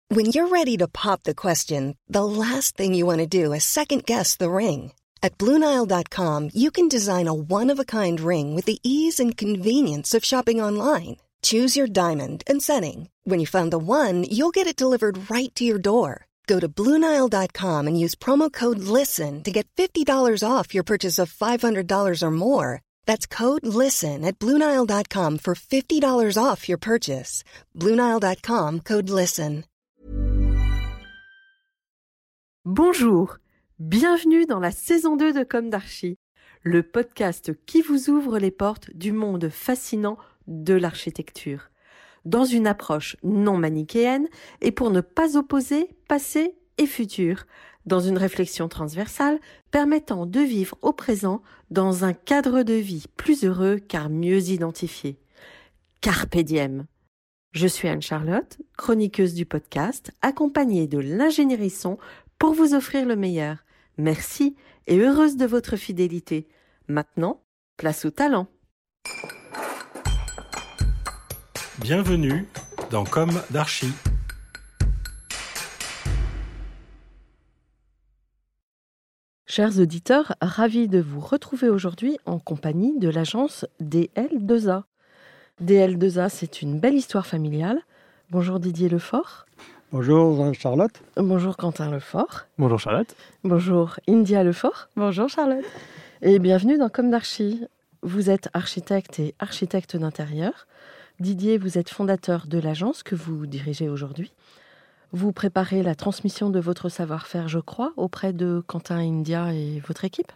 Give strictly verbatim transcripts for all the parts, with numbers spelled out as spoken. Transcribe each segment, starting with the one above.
When you're ready to pop the question, the last thing you want to do is second-guess the ring. At Blue Nile dot com, you can design a one-of-a-kind ring with the ease and convenience of shopping online. Choose your diamond and setting. When you find the one, you'll get it delivered right to your door. Go to Blue Nile dot com and use promo code LISTEN to get fifty dollars off your purchase of five hundred dollars or more. That's code LISTEN at Blue Nile dot com for fifty dollars off your purchase. Blue Nile dot com, code LISTEN. Bonjour, bienvenue dans la saison deux de Comme d'Archi, le podcast qui vous ouvre les portes du monde fascinant de l'architecture, dans une approche non manichéenne et pour ne pas opposer passé et futur, dans une réflexion transversale permettant de vivre au présent dans un cadre de vie plus heureux car mieux identifié. Carpe diem. Je suis Anne-Charlotte, chroniqueuse du podcast, accompagnée de l'ingénierie son pour vous offrir le meilleur. Merci et heureuse de votre fidélité. Maintenant, place au talent. Bienvenue dans Comme d'Archi. Chers auditeurs, ravis de vous retrouver aujourd'hui en compagnie de l'agence D L deux A. D L deux A, c'est une belle histoire familiale. Bonjour Didier Lefort. Bonjour Charlotte. Bonjour Quentin Lefort. Bonjour Charlotte. Bonjour India Lefort. Bonjour Charlotte. Et bienvenue dans Comme d'Archi. Vous êtes architecte et architecte d'intérieur. Didier, vous êtes fondateur de l'agence que vous dirigez aujourd'hui. Vous préparez la transmission de votre savoir-faire, je crois, auprès de Quentin India et votre équipe.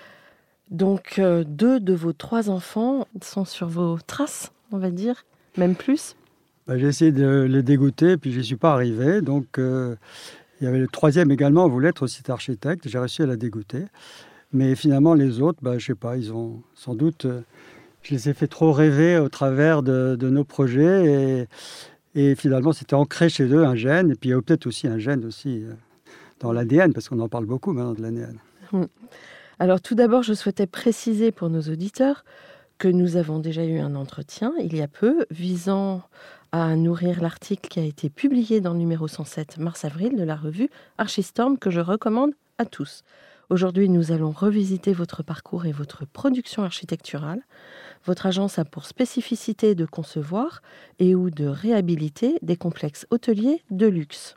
Donc, euh, deux de vos trois enfants sont sur vos traces, on va dire, même plus. Bah, j'ai essayé de les dégoûter, puis je n'y suis pas arrivé. Donc, euh, il y avait le troisième également, voulait être aussi architecte. J'ai réussi à la dégoûter. Mais finalement, les autres, bah, je ne sais pas, ils ont sans doute... Euh, je les ai fait trop rêver au travers de, de nos projets. Et, et finalement, c'était ancré chez eux un gène. Et puis, il y a peut-être aussi un gène aussi euh, dans l'A D N, parce qu'on en parle beaucoup maintenant de l'A D N. Hum. Alors, tout d'abord, je souhaitais préciser pour nos auditeurs que nous avons déjà eu un entretien, il y a peu, visant à nourrir l'article qui a été publié dans le numéro cent sept mars-avril de la revue Archistorm, que je recommande à tous. Aujourd'hui, nous allons revisiter votre parcours et votre production architecturale. Votre agence a pour spécificité de concevoir et ou de réhabiliter des complexes hôteliers de luxe.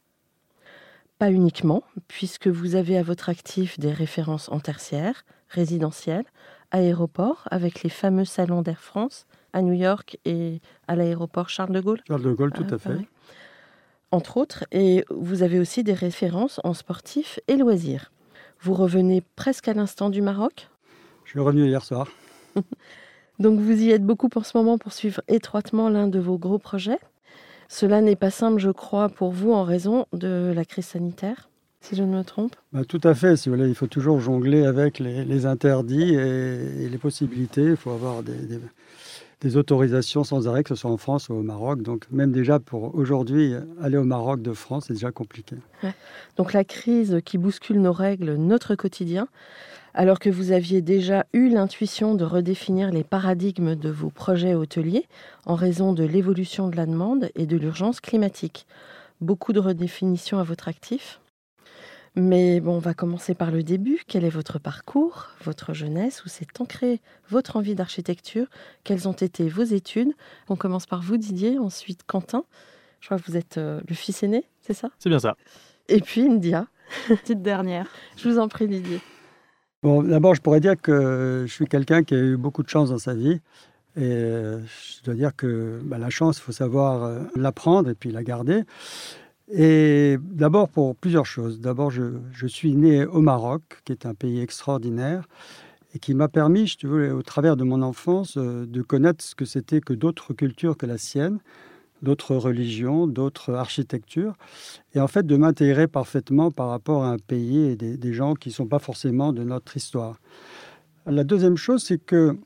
Pas uniquement, puisque vous avez à votre actif des références en tertiaire, résidentielles, aéroports, avec les fameux salons d'Air France à New York et à l'aéroport Charles de Gaulle. Charles de Gaulle, tout à fait. Paris. Entre autres, et vous avez aussi des références en sportif et loisirs. Vous revenez presque à l'instant du Maroc. Je suis revenu hier soir. Donc vous y êtes beaucoup en ce moment pour suivre étroitement l'un de vos gros projets. Cela n'est pas simple, je crois, pour vous en raison de la crise sanitaire, si je ne me trompe. Bah, tout à fait. Si vous voulez, il faut toujours jongler avec les, les interdits et, et les possibilités. Il faut avoir des, des, des autorisations sans arrêt, que ce soit en France ou au Maroc. Donc même déjà pour aujourd'hui, aller au Maroc de France, c'est déjà compliqué. Ouais. Donc la crise qui bouscule nos règles, notre quotidien, alors que vous aviez déjà eu l'intuition de redéfinir les paradigmes de vos projets hôteliers en raison de l'évolution de la demande et de l'urgence climatique. Beaucoup de redéfinitions à votre actif. Mais bon, on va commencer par le début. Quel est votre parcours, votre jeunesse, où s'est ancrée votre envie d'architecture? Quelles ont été vos études? On commence par vous, Didier, ensuite Quentin. Je crois que vous êtes euh, le fils aîné, c'est ça? C'est bien ça. Et puis India. Petite dernière. Je vous en prie, Didier. Bon, d'abord, je pourrais dire que je suis quelqu'un qui a eu beaucoup de chance dans sa vie. Et euh, je dois dire que bah, la chance, il faut savoir euh, l'apprendre et puis la garder. Et d'abord pour plusieurs choses. D'abord, je, je suis né au Maroc, qui est un pays extraordinaire et qui m'a permis, je te veux, au travers de mon enfance, euh, de connaître ce que c'était que d'autres cultures que la sienne, d'autres religions, d'autres architectures, et en fait de m'intégrer parfaitement par rapport à un pays et des, des gens qui ne sont pas forcément de notre histoire. La deuxième chose, c'est que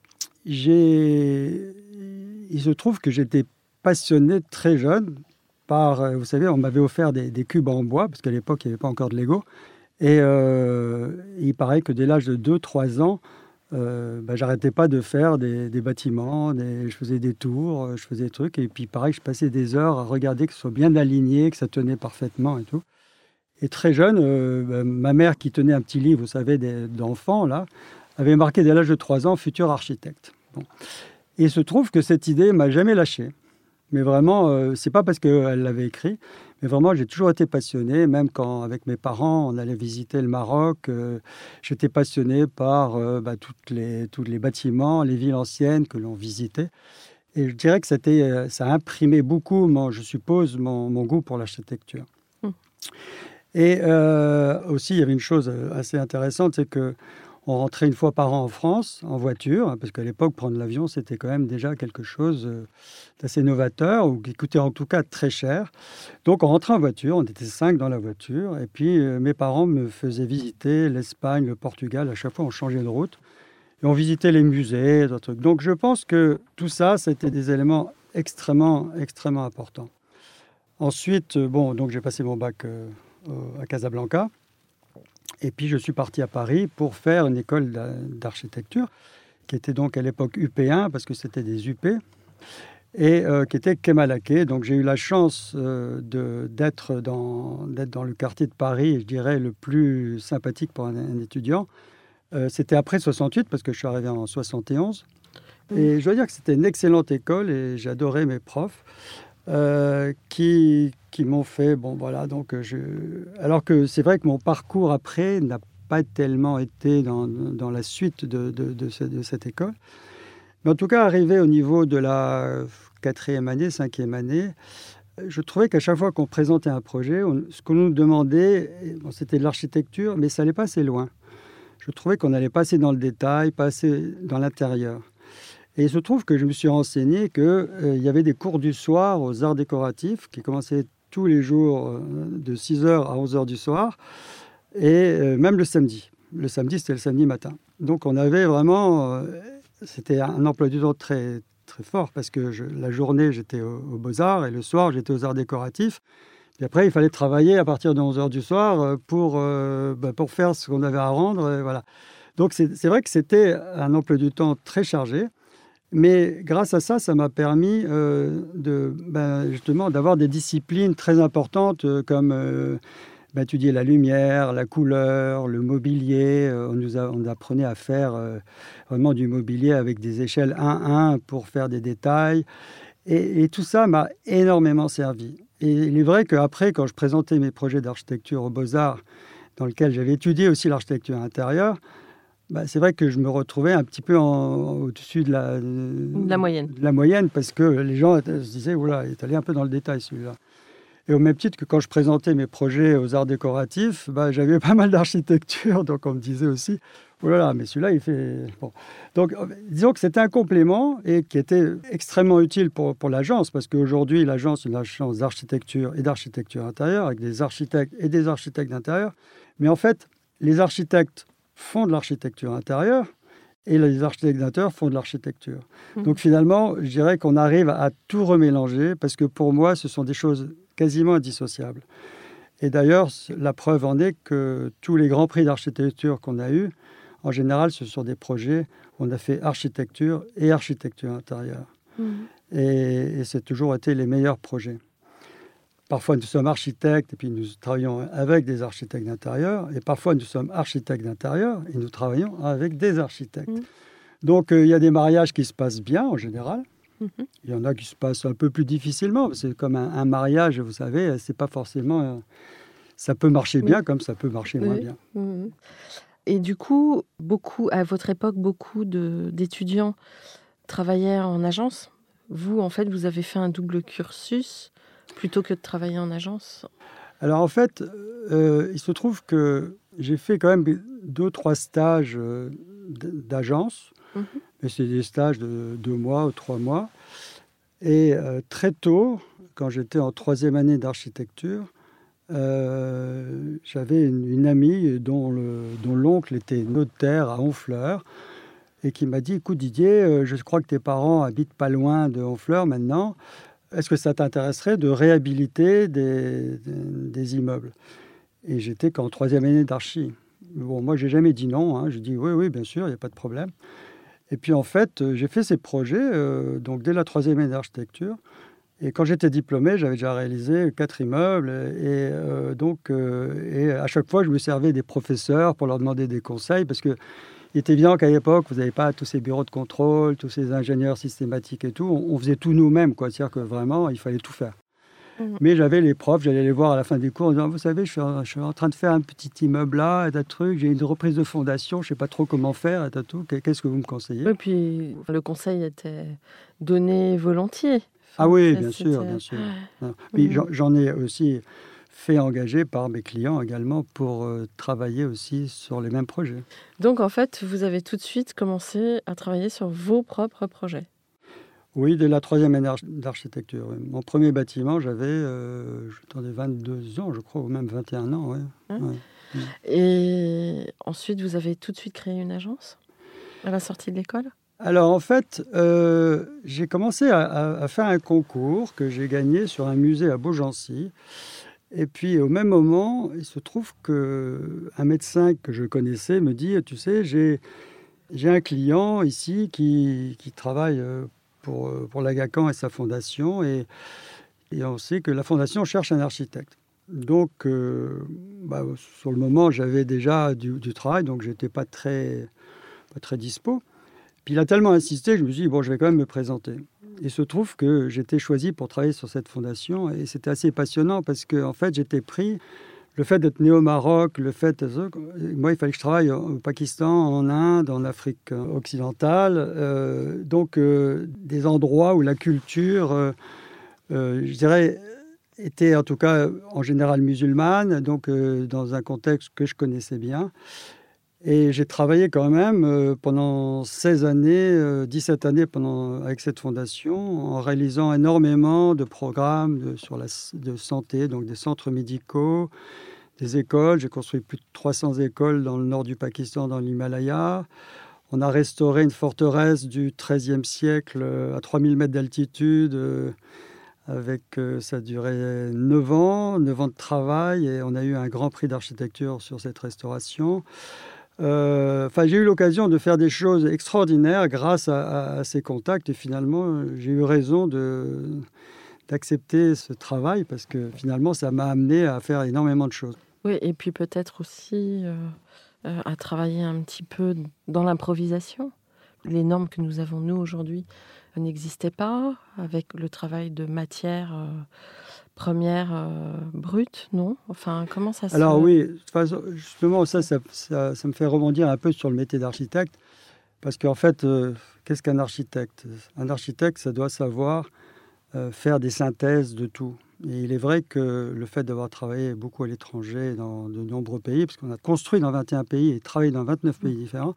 j'ai... il se trouve que j'étais passionné très jeune par, vous savez, on m'avait offert des, des cubes en bois, parce qu'à l'époque, il n'y avait pas encore de Lego, et euh, il paraît que dès l'âge de deux trois ans, euh, bah, j'arrêtais pas de faire des, des bâtiments, des, je faisais des tours, je faisais des trucs. Et puis pareil, je passais des heures à regarder que ce soit bien aligné, que ça tenait parfaitement et tout. Et très jeune, euh, bah, ma mère qui tenait un petit livre, vous savez, des, d'enfants, là, avait marqué dès l'âge de trois ans « futur architecte ». Bon. Et il se trouve que cette idée m'a jamais lâché. Mais vraiment, euh, c'est pas parce qu'elle l'avait écrit, mais vraiment, j'ai toujours été passionné. Même quand, avec mes parents, on allait visiter le Maroc, euh, j'étais passionné par euh, bah, toutes les, tous les bâtiments, les villes anciennes que l'on visitait. Et je dirais que c'était, euh, ça a imprimé beaucoup, mon, je suppose, mon, mon goût pour l'architecture. Mmh. Et euh, aussi, il y avait une chose assez intéressante, c'est que on rentrait une fois par an en France, en voiture, parce qu'à l'époque, prendre l'avion, c'était quand même déjà quelque chose d'assez novateur, ou qui coûtait en tout cas très cher. Donc, on rentrait en voiture, on était cinq dans la voiture, et puis euh, mes parents me faisaient visiter l'Espagne, le Portugal. À chaque fois, on changeait de route, et on visitait les musées, d'autres trucs. Donc, je pense que tout ça, c'était des éléments extrêmement, extrêmement importants. Ensuite, bon, donc j'ai passé mon bac euh, à Casablanca. Et puis, je suis parti à Paris pour faire une école d'architecture qui était donc à l'époque U P un, parce que c'était des U P, et euh, qui était Quai Malaquais. Donc, j'ai eu la chance euh, de, d'être, dans, d'être dans le quartier de Paris, je dirais, le plus sympathique pour un, un étudiant. Euh, c'était après soixante-huit, parce que je suis arrivé en soixante et onze. Mmh. Et je dois dire que c'était une excellente école, et j'adorais mes profs. Euh, qui, qui m'ont fait, bon voilà, donc je... alors que c'est vrai que mon parcours après n'a pas tellement été dans, dans la suite de, de, de, ce, de cette école. Mais en tout cas, arrivé au niveau de la quatrième année, cinquième année, je trouvais qu'à chaque fois qu'on présentait un projet, on, ce qu'on nous demandait, bon, c'était de l'architecture, mais ça n'allait pas assez loin. Je trouvais qu'on n'allait pas assez dans le détail, pas assez dans l'intérieur. Et il se trouve que je me suis renseigné qu'il euh, y avait des cours du soir aux arts décoratifs qui commençaient tous les jours euh, de six heures à onze heures du soir, et euh, même le samedi. Le samedi, c'était le samedi matin. Donc on avait vraiment... Euh, c'était un emploi du temps très, très fort, parce que je, la journée, j'étais aux au Beaux-Arts, et le soir, j'étais aux arts décoratifs. Et après, il fallait travailler à partir de onze heures du soir pour, euh, bah, pour faire ce qu'on avait à rendre. Et voilà. Donc c'est, c'est vrai que c'était un emploi du temps très chargé. Mais grâce à ça, ça m'a permis euh, de, ben, justement d'avoir des disciplines très importantes euh, comme euh, ben, étudier la lumière, la couleur, le mobilier. Euh, on nous a, on apprenait à faire euh, vraiment du mobilier avec des échelles un un pour faire des détails. Et, et tout ça m'a énormément servi. Et il est vrai qu'après, quand je présentais mes projets d'architecture aux Beaux-Arts, dans lesquels j'avais étudié aussi l'architecture intérieure, bah, c'est vrai que je me retrouvais un petit peu en, au-dessus de la, de la moyenne. De la moyenne, parce que les gens se disaient, oula, il est allé un peu dans le détail celui-là. Et au même titre que quand je présentais mes projets aux arts décoratifs, bah, j'avais pas mal d'architecture, donc on me disait aussi, oulala, mais celui-là, il fait... Bon. Donc, disons que c'était un complément et qui était extrêmement utile pour, pour l'agence, parce qu'aujourd'hui, l'agence est une agence d'architecture et d'architecture intérieure, avec des architectes et des architectes d'intérieur. Mais en fait, les architectes font de l'architecture intérieure et les architectes d'intérieur font de l'architecture. Mmh. Donc finalement, je dirais qu'on arrive à tout remélanger, parce que pour moi, ce sont des choses quasiment indissociables. Et d'ailleurs, la preuve en est que tous les grands prix d'architecture qu'on a eus, en général, ce sont des projets où on a fait architecture et architecture intérieure. Mmh. Et, et c'est toujours été les meilleurs projets. Parfois, nous sommes architectes et puis nous travaillons avec des architectes d'intérieur. Et parfois, nous sommes architectes d'intérieur et nous travaillons avec des architectes. Mmh. Donc, euh, il y a des mariages qui se passent bien en général. Mmh. Il y en a qui se passent un peu plus difficilement. C'est comme un, un mariage, vous savez, c'est pas forcément... Euh, ça peut marcher bien oui. comme ça peut marcher oui. moins bien. Mmh. Et du coup, beaucoup, à votre époque, beaucoup de, d'étudiants travaillaient en agence. Vous, en fait, vous avez fait un double cursus plutôt que de travailler en agence. Alors, en fait, euh, il se trouve que j'ai fait quand même deux, trois stages euh, d'agence. Mmh. Mais c'est des stages de deux mois ou trois mois. Et euh, très tôt, quand j'étais en troisième année d'architecture, euh, j'avais une, une amie dont, le, dont l'oncle était notaire à Honfleur et qui m'a dit « Écoute Didier, euh, je crois que tes parents habitent pas loin de Honfleur maintenant. Est-ce que ça t'intéresserait de réhabiliter des, des, des immeubles ?» Et j'étais qu'en troisième année d'archi. Bon, moi, j'ai jamais dit non. Hein. J'ai dit oui, oui, bien sûr, il n'y a pas de problème. Et puis, en fait, j'ai fait ces projets euh, donc dès la troisième année d'architecture. Et quand j'étais diplômé, j'avais déjà réalisé quatre immeubles. Et, euh, donc, euh, et à chaque fois, je me servais des professeurs pour leur demander des conseils. Parce qu'il était évident qu'à l'époque, vous n'avez pas tous ces bureaux de contrôle, tous ces ingénieurs systématiques et tout. On, on faisait tout nous-mêmes, quoi. C'est-à-dire que vraiment, il fallait tout faire. Mmh. Mais j'avais les profs, j'allais les voir à la fin du cours en disant, vous savez, je suis, en, je suis en train de faire un petit immeuble là, un truc, j'ai une reprise de fondation, je ne sais pas trop comment faire, et tout. Qu'est-ce que vous me conseillez? Et puis, le conseil était donné volontiers. Ah oui, bien sûr, bien sûr. Oui, mmh. J'en ai aussi fait engager par mes clients également pour euh, travailler aussi sur les mêmes projets. Donc en fait, vous avez tout de suite commencé à travailler sur vos propres projets? Oui, dès la troisième année d'architecture. Mon premier bâtiment, j'avais euh, vingt-deux ans, je crois, ou même vingt et un ans. Ouais. Hein ouais. Et ensuite, vous avez tout de suite créé une agence à la sortie de l'école? Alors en fait, euh, j'ai commencé à, à, à faire un concours que j'ai gagné sur un musée à Beaugency. Et puis au même moment, il se trouve qu'un médecin que je connaissais me dit, tu sais, j'ai, j'ai un client ici qui, qui travaille pour, pour l'Agacan et sa fondation. Et, et on sait que la fondation cherche un architecte. Donc euh, bah, sur le moment, j'avais déjà du, du travail, donc je n'étais pas très, pas très dispo. Puis il a tellement insisté, je me suis dit, bon, je vais quand même me présenter. Il se trouve que j'étais choisi pour travailler sur cette fondation et c'était assez passionnant parce que, en fait, j'étais pris. Le fait d'être né au Maroc, le fait... Moi, il fallait que je travaille au Pakistan, en Inde, en Afrique occidentale. Euh, donc, euh, des endroits où la culture, euh, euh, je dirais, était en tout cas en général musulmane, donc euh, dans un contexte que je connaissais bien. Et j'ai travaillé quand même euh, pendant seize années, euh, dix-sept années pendant, avec cette fondation, en réalisant énormément de programmes de, sur la de santé, donc des centres médicaux, des écoles. J'ai construit plus de trois cents écoles dans le nord du Pakistan, dans l'Himalaya. On a restauré une forteresse du treizième siècle euh, à trois mille mètres d'altitude. Euh, avec, euh, ça a duré neuf ans, neuf ans de travail, et on a eu un grand prix d'architecture sur cette restauration. Euh, enfin, j'ai eu l'occasion de faire des choses extraordinaires grâce à, à, à ces contacts et finalement, j'ai eu raison de, d'accepter ce travail parce que finalement, ça m'a amené à faire énormément de choses. Oui, et puis peut-être aussi euh, euh, à travailler un petit peu dans l'improvisation. Les normes que nous avons, nous, aujourd'hui, n'existaient pas avec le travail de matière euh, première euh, brute, non? Enfin, comment ça se... Alors oui, de toute façon, justement, ça ça, ça, ça me fait rebondir un peu sur le métier d'architecte. Parce qu'en fait, euh, qu'est-ce qu'un architecte? Un architecte, ça doit savoir euh, faire des synthèses de tout. Et il est vrai que le fait d'avoir travaillé beaucoup à l'étranger, dans de nombreux pays, parce qu'on a construit dans vingt et un pays et travaillé dans vingt-neuf pays différents,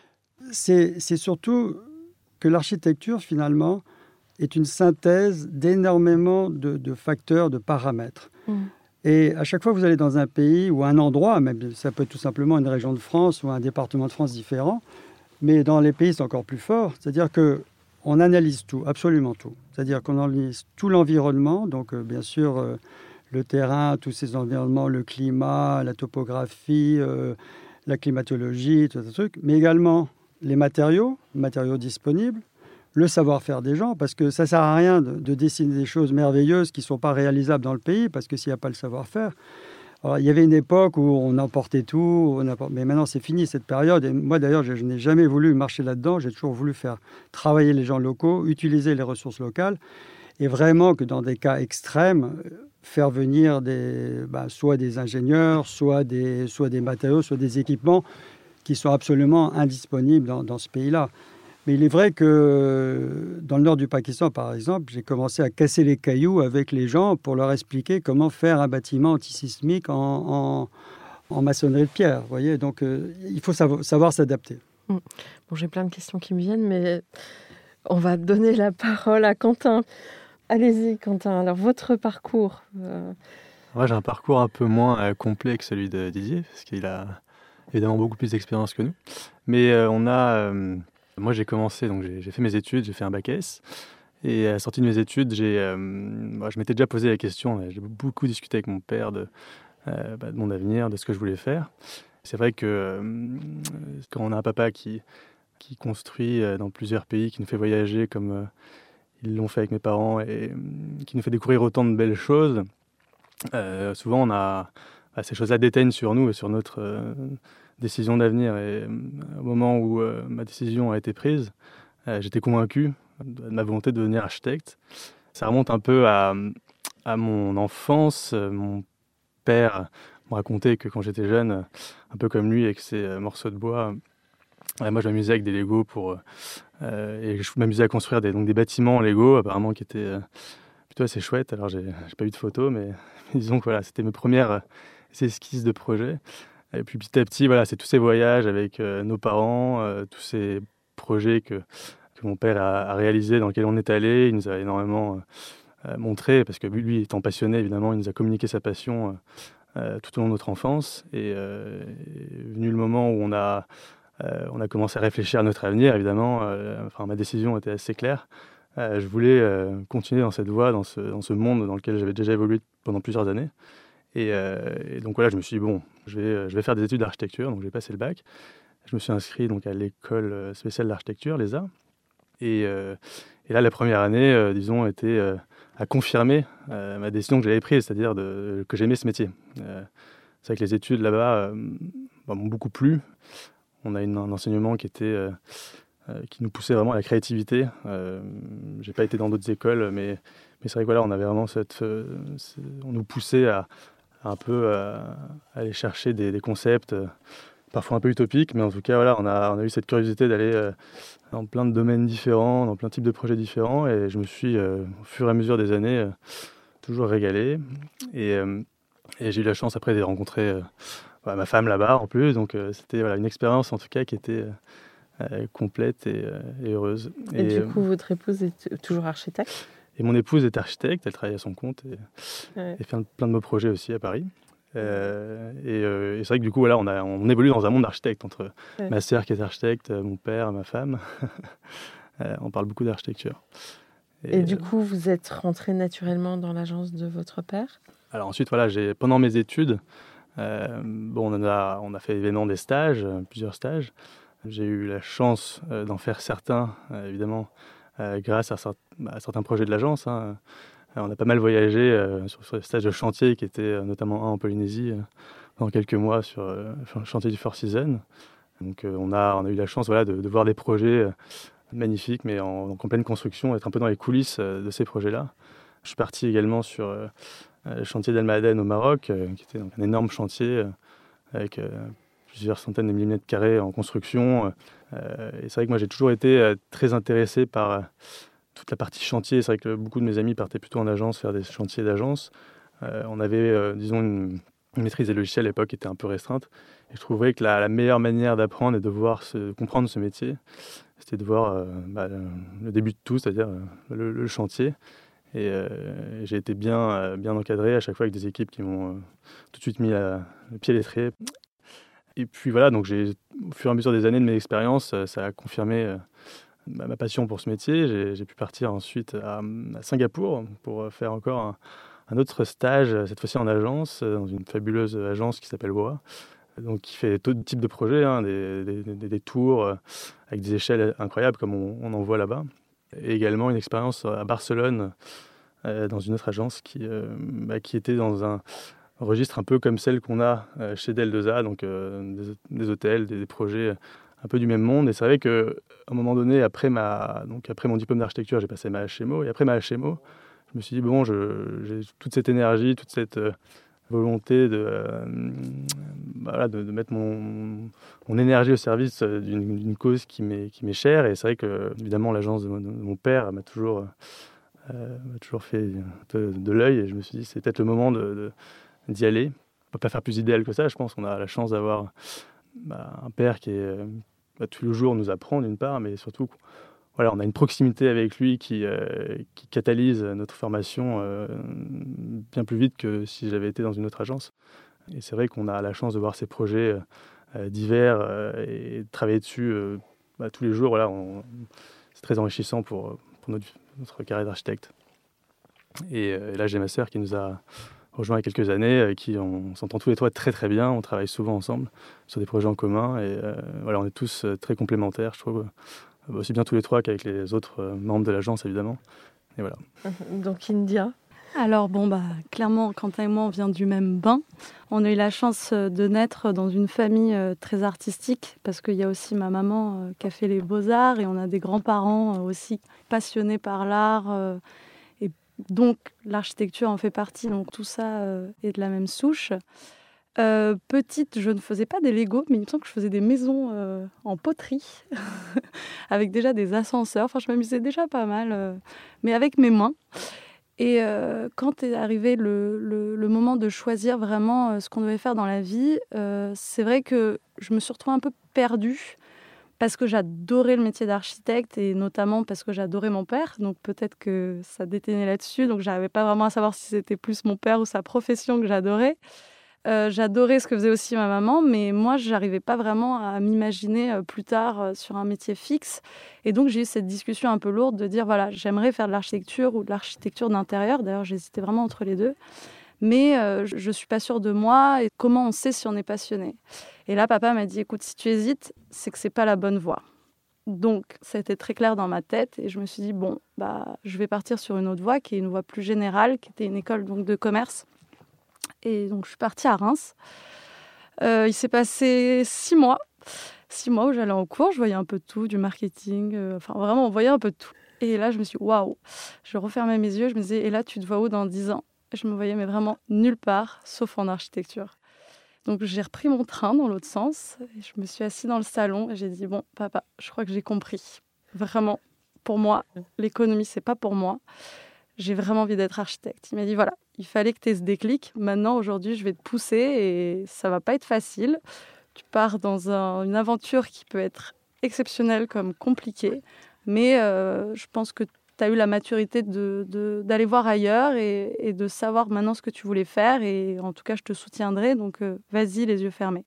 c'est, c'est surtout que l'architecture, finalement, est une synthèse d'énormément de, de facteurs, de paramètres. Mmh. Et à chaque fois que vous allez dans un pays ou un endroit, même ça peut être tout simplement une région de France ou un département de France différent, mais dans les pays, c'est encore plus fort. C'est-à-dire qu'on analyse tout, absolument tout. C'est-à-dire qu'on analyse tout l'environnement, donc euh, bien sûr euh, le terrain, tous ces environnements, le climat, la topographie, euh, la climatologie, tout ce truc, mais également les matériaux, matériaux disponibles, le savoir-faire des gens, parce que ça ne sert à rien de, de dessiner des choses merveilleuses qui ne sont pas réalisables dans le pays, parce que s'il n'y a pas le savoir-faire... Alors, il y avait une époque où on emportait tout, on emportait... mais maintenant c'est fini cette période. Et moi d'ailleurs, je, je n'ai jamais voulu marcher là-dedans, j'ai toujours voulu faire travailler les gens locaux, utiliser les ressources locales, et vraiment que dans des cas extrêmes, faire venir des, bah, soit des ingénieurs, soit des, soit des matériaux, soit des équipements qui sont absolument indisponibles dans, dans ce pays-là. Mais il est vrai que dans le nord du Pakistan, par exemple, j'ai commencé à casser les cailloux avec les gens pour leur expliquer comment faire un bâtiment antisismique en, en, en maçonnerie de pierre. Vous voyez, donc euh, il faut savoir, savoir s'adapter. Bon, j'ai plein de questions qui me viennent, mais on va donner la parole à Quentin. Allez-y, Quentin. Alors, votre parcours euh... Moi, j'ai un parcours un peu moins euh, complet que celui de Didier, parce qu'il a évidemment beaucoup plus d'expérience que nous. Mais euh, on a... Euh, moi, j'ai commencé, donc j'ai, j'ai fait mes études, j'ai fait un bac S. Et à la sortie de mes études, j'ai, euh, bah, je m'étais déjà posé la question, j'ai beaucoup discuté avec mon père de, euh, bah, de mon avenir, de ce que je voulais faire. C'est vrai que euh, quand on a un papa qui, qui construit euh, dans plusieurs pays, qui nous fait voyager comme euh, ils l'ont fait avec mes parents et euh, qui nous fait découvrir autant de belles choses, euh, souvent on a, bah, ces choses-là déteignent sur nous et sur notre euh, décision d'avenir. Et euh, au moment où euh, ma décision a été prise, euh, j'étais convaincu de ma volonté de devenir architecte. Ça remonte un peu à, à mon enfance. Mon père me racontait que quand j'étais jeune, un peu comme lui, avec ses morceaux de bois, euh, moi je m'amusais avec des Lego pour, euh, et je m'amusais à construire des, donc des bâtiments en Lego, apparemment qui étaient euh, plutôt assez chouettes. Alors j'ai, j'ai pas eu de photos, mais, mais disons que voilà, c'était mes premières esquisses de projet. Et puis petit à petit, voilà, c'est tous ces voyages avec euh, nos parents, euh, tous ces projets que, que mon père a, a réalisés, dans lesquels on est allé. Il nous a énormément euh, montré, parce que lui étant passionné, évidemment, il nous a communiqué sa passion euh, tout au long de notre enfance. Et euh, est venu le moment où on a, euh, on a commencé à réfléchir à notre avenir, évidemment. Euh, enfin, ma décision était assez claire. Euh, je voulais euh, continuer dans cette voie, dans ce, dans ce monde dans lequel j'avais déjà évolué pendant plusieurs années. Et, euh, et donc voilà, je me suis dit, bon, je vais, je vais faire des études d'architecture, donc j'ai passé le bac. Je me suis inscrit donc, à l'école spéciale d'architecture, l'E S A. Et, euh, et là, la première année, euh, disons, était euh, à confirmer euh, ma décision que j'avais prise, c'est-à-dire de, que j'aimais ce métier. Euh, c'est vrai que les études là-bas euh, bah, m'ont beaucoup plu. On a une, un enseignement qui était... Euh, euh, qui nous poussait vraiment à la créativité. Euh, j'ai pas été dans d'autres écoles, mais, mais c'est vrai que voilà, on avait vraiment cette... Euh, on nous poussait à un peu euh, aller chercher des, des concepts euh, parfois un peu utopiques, mais en tout cas voilà, on a, on a eu cette curiosité d'aller euh, dans plein de domaines différents, dans plein de types de projets différents, et je me suis euh, au fur et à mesure des années euh, toujours régalé, et, euh, et j'ai eu la chance après de rencontrer euh, voilà, ma femme là-bas en plus, donc euh, c'était voilà, une expérience en tout cas qui était euh, complète et, euh, et heureuse. Et, et du coup, euh, votre épouse est toujours architecte ? Et mon épouse est architecte, elle travaille à son compte et, ouais. et fait plein de beaux projets aussi à Paris. Euh, et, euh, et c'est vrai que du coup, voilà, on, a, on évolue dans un monde d'architectes entre ouais. ma sœur qui est architecte, mon père, ma femme. euh, on parle beaucoup d'architecture. Et, et du euh, coup, vous êtes rentré naturellement dans l'agence de votre père ? Alors ensuite, voilà, j'ai, pendant mes études, euh, bon, on, a, on a fait évidemment des stages, plusieurs stages. J'ai eu la chance euh, d'en faire certains, euh, évidemment, Euh, grâce à, à certains projets de l'agence. Hein. Euh, on a pas mal voyagé euh, sur, sur des stages de chantier qui étaient euh, notamment un en Polynésie euh, pendant quelques mois sur euh, le chantier du Four Seasons. Donc euh, on, a, on a eu la chance voilà, de, de voir des projets euh, magnifiques mais en, en pleine construction, être un peu dans les coulisses euh, de ces projets-là. Je suis parti également sur euh, le chantier d'Almadène au Maroc, euh, qui était donc un énorme chantier euh, avec euh, plusieurs centaines de millimètres carrés en construction. Euh, et c'est vrai que moi, j'ai toujours été euh, très intéressé par euh, toute la partie chantier. C'est vrai que beaucoup de mes amis partaient plutôt en agence, faire des chantiers d'agence. Euh, on avait, euh, disons, une, une maîtrise des logiciels à l'époque qui était un peu restreinte. Et je trouvais que la, la meilleure manière d'apprendre et de voir ce, comprendre ce métier, c'était de voir euh, bah, le, le début de tout, c'est-à-dire euh, le, le chantier. Et euh, j'ai été bien, euh, bien encadré à chaque fois avec des équipes qui m'ont euh, tout de suite mis la, le pied à l'étrier. Et puis voilà, donc j'ai, au fur et à mesure des années de mes expériences, ça a confirmé euh, ma, ma passion pour ce métier. J'ai, j'ai pu partir ensuite à, à Singapour pour faire encore un, un autre stage, cette fois-ci en agence, dans une fabuleuse agence qui s'appelle W O A, donc qui fait tout type de projets, hein, des, des, des, des tours euh, avec des échelles incroyables comme on, on en voit là-bas. Et également une expérience à Barcelone, euh, dans une autre agence qui, euh, bah, qui était dans un registre un peu comme celle qu'on a euh, chez Del deux A, donc euh, des, des hôtels, des, des projets un peu du même monde. Et c'est vrai qu'à un moment donné, après, ma, donc après mon diplôme d'architecture, j'ai passé ma H M O. Et après ma H M O, je me suis dit, bon, je, j'ai toute cette énergie, toute cette euh, volonté de, euh, voilà, de, de mettre mon, mon énergie au service d'une, d'une cause qui m'est, qui m'est chère. Et c'est vrai que, évidemment, l'agence de mon, de mon père m'a toujours, euh, m'a toujours fait de, de l'œil. Et je me suis dit, c'est peut-être le moment de, de d'y aller. On ne peut pas faire plus idéal que ça. Je pense qu'on a la chance d'avoir bah, un père qui, est, bah, tous les jours, nous apprend d'une part, mais surtout, voilà, on a une proximité avec lui qui, euh, qui catalyse notre formation euh, bien plus vite que si j'avais été dans une autre agence. Et c'est vrai qu'on a la chance de voir ces projets euh, divers euh, et de travailler dessus euh, bah, tous les jours. Voilà, on, c'est très enrichissant pour, pour notre, notre carrière d'architecte. Et, euh, et là, j'ai ma sœur qui nous a rejoint il y a quelques années, avec qui on s'entend tous les trois très très bien, on travaille souvent ensemble sur des projets en commun et euh, voilà, on est tous très complémentaires, je trouve, aussi bien tous les trois qu'avec les autres membres de l'agence évidemment. Et voilà. Donc India. Alors bon, bah, clairement, Quentin et moi, on vient du même bain. On a eu la chance de naître dans une famille très artistique parce qu'il y a aussi ma maman qui a fait les beaux-arts et on a des grands-parents aussi passionnés par l'art et donc l'architecture en fait partie. Donc tout ça est de la même souche. Euh, petite, je ne faisais pas des Lego, mais il me semble que je faisais des maisons euh, en poterie avec déjà des ascenseurs. Enfin, je m'amusais déjà pas mal, euh, mais avec mes mains. Et euh, quand est arrivé le, le, le moment de choisir vraiment euh, ce qu'on devait faire dans la vie, euh, c'est vrai que je me suis retrouvée un peu perdue parce que j'adorais le métier d'architecte et notamment parce que j'adorais mon père. Donc peut-être que ça déteignait là-dessus. Donc je n'arrivais pas vraiment à savoir si c'était plus mon père ou sa profession que j'adorais. Euh, j'adorais ce que faisait aussi ma maman, mais moi, je n'arrivais pas vraiment à m'imaginer euh, plus tard euh, sur un métier fixe. Et donc, j'ai eu cette discussion un peu lourde de dire, voilà, j'aimerais faire de l'architecture ou de l'architecture d'intérieur. D'ailleurs, j'hésitais vraiment entre les deux. Mais euh, je ne suis pas sûre de moi et comment on sait si on est passionné. Et là, papa m'a dit, écoute, si tu hésites, c'est que ce n'est pas la bonne voie. Donc, ça a été très clair dans ma tête et je me suis dit, bon, bah, je vais partir sur une autre voie qui est une voie plus générale, qui était une école donc, de commerce. Et donc, je suis partie à Reims. Euh, il s'est passé six mois. Six mois où j'allais en cours, je voyais un peu de tout, du marketing. Euh, enfin, vraiment, on voyait un peu de tout. Et là, je me suis dit, waouh. Je refermais mes yeux, je me disais, et là, tu te vois où dans dix ans ? Et je me voyais, mais vraiment nulle part, sauf en architecture. Donc, j'ai repris mon train dans l'autre sens. Et je me suis assise dans le salon et j'ai dit, bon, papa, je crois que j'ai compris. Vraiment, pour moi, l'économie, c'est pas pour moi. J'ai vraiment envie d'être architecte. Il m'a dit, voilà, il fallait que tu aies ce déclic. Maintenant, aujourd'hui, je vais te pousser et ça ne va pas être facile. Tu pars dans un, une aventure qui peut être exceptionnelle comme compliquée. Mais euh, je pense que tu as eu la maturité de, de, d'aller voir ailleurs et, et de savoir maintenant ce que tu voulais faire. Et en tout cas, je te soutiendrai. Donc, euh, vas-y, les yeux fermés.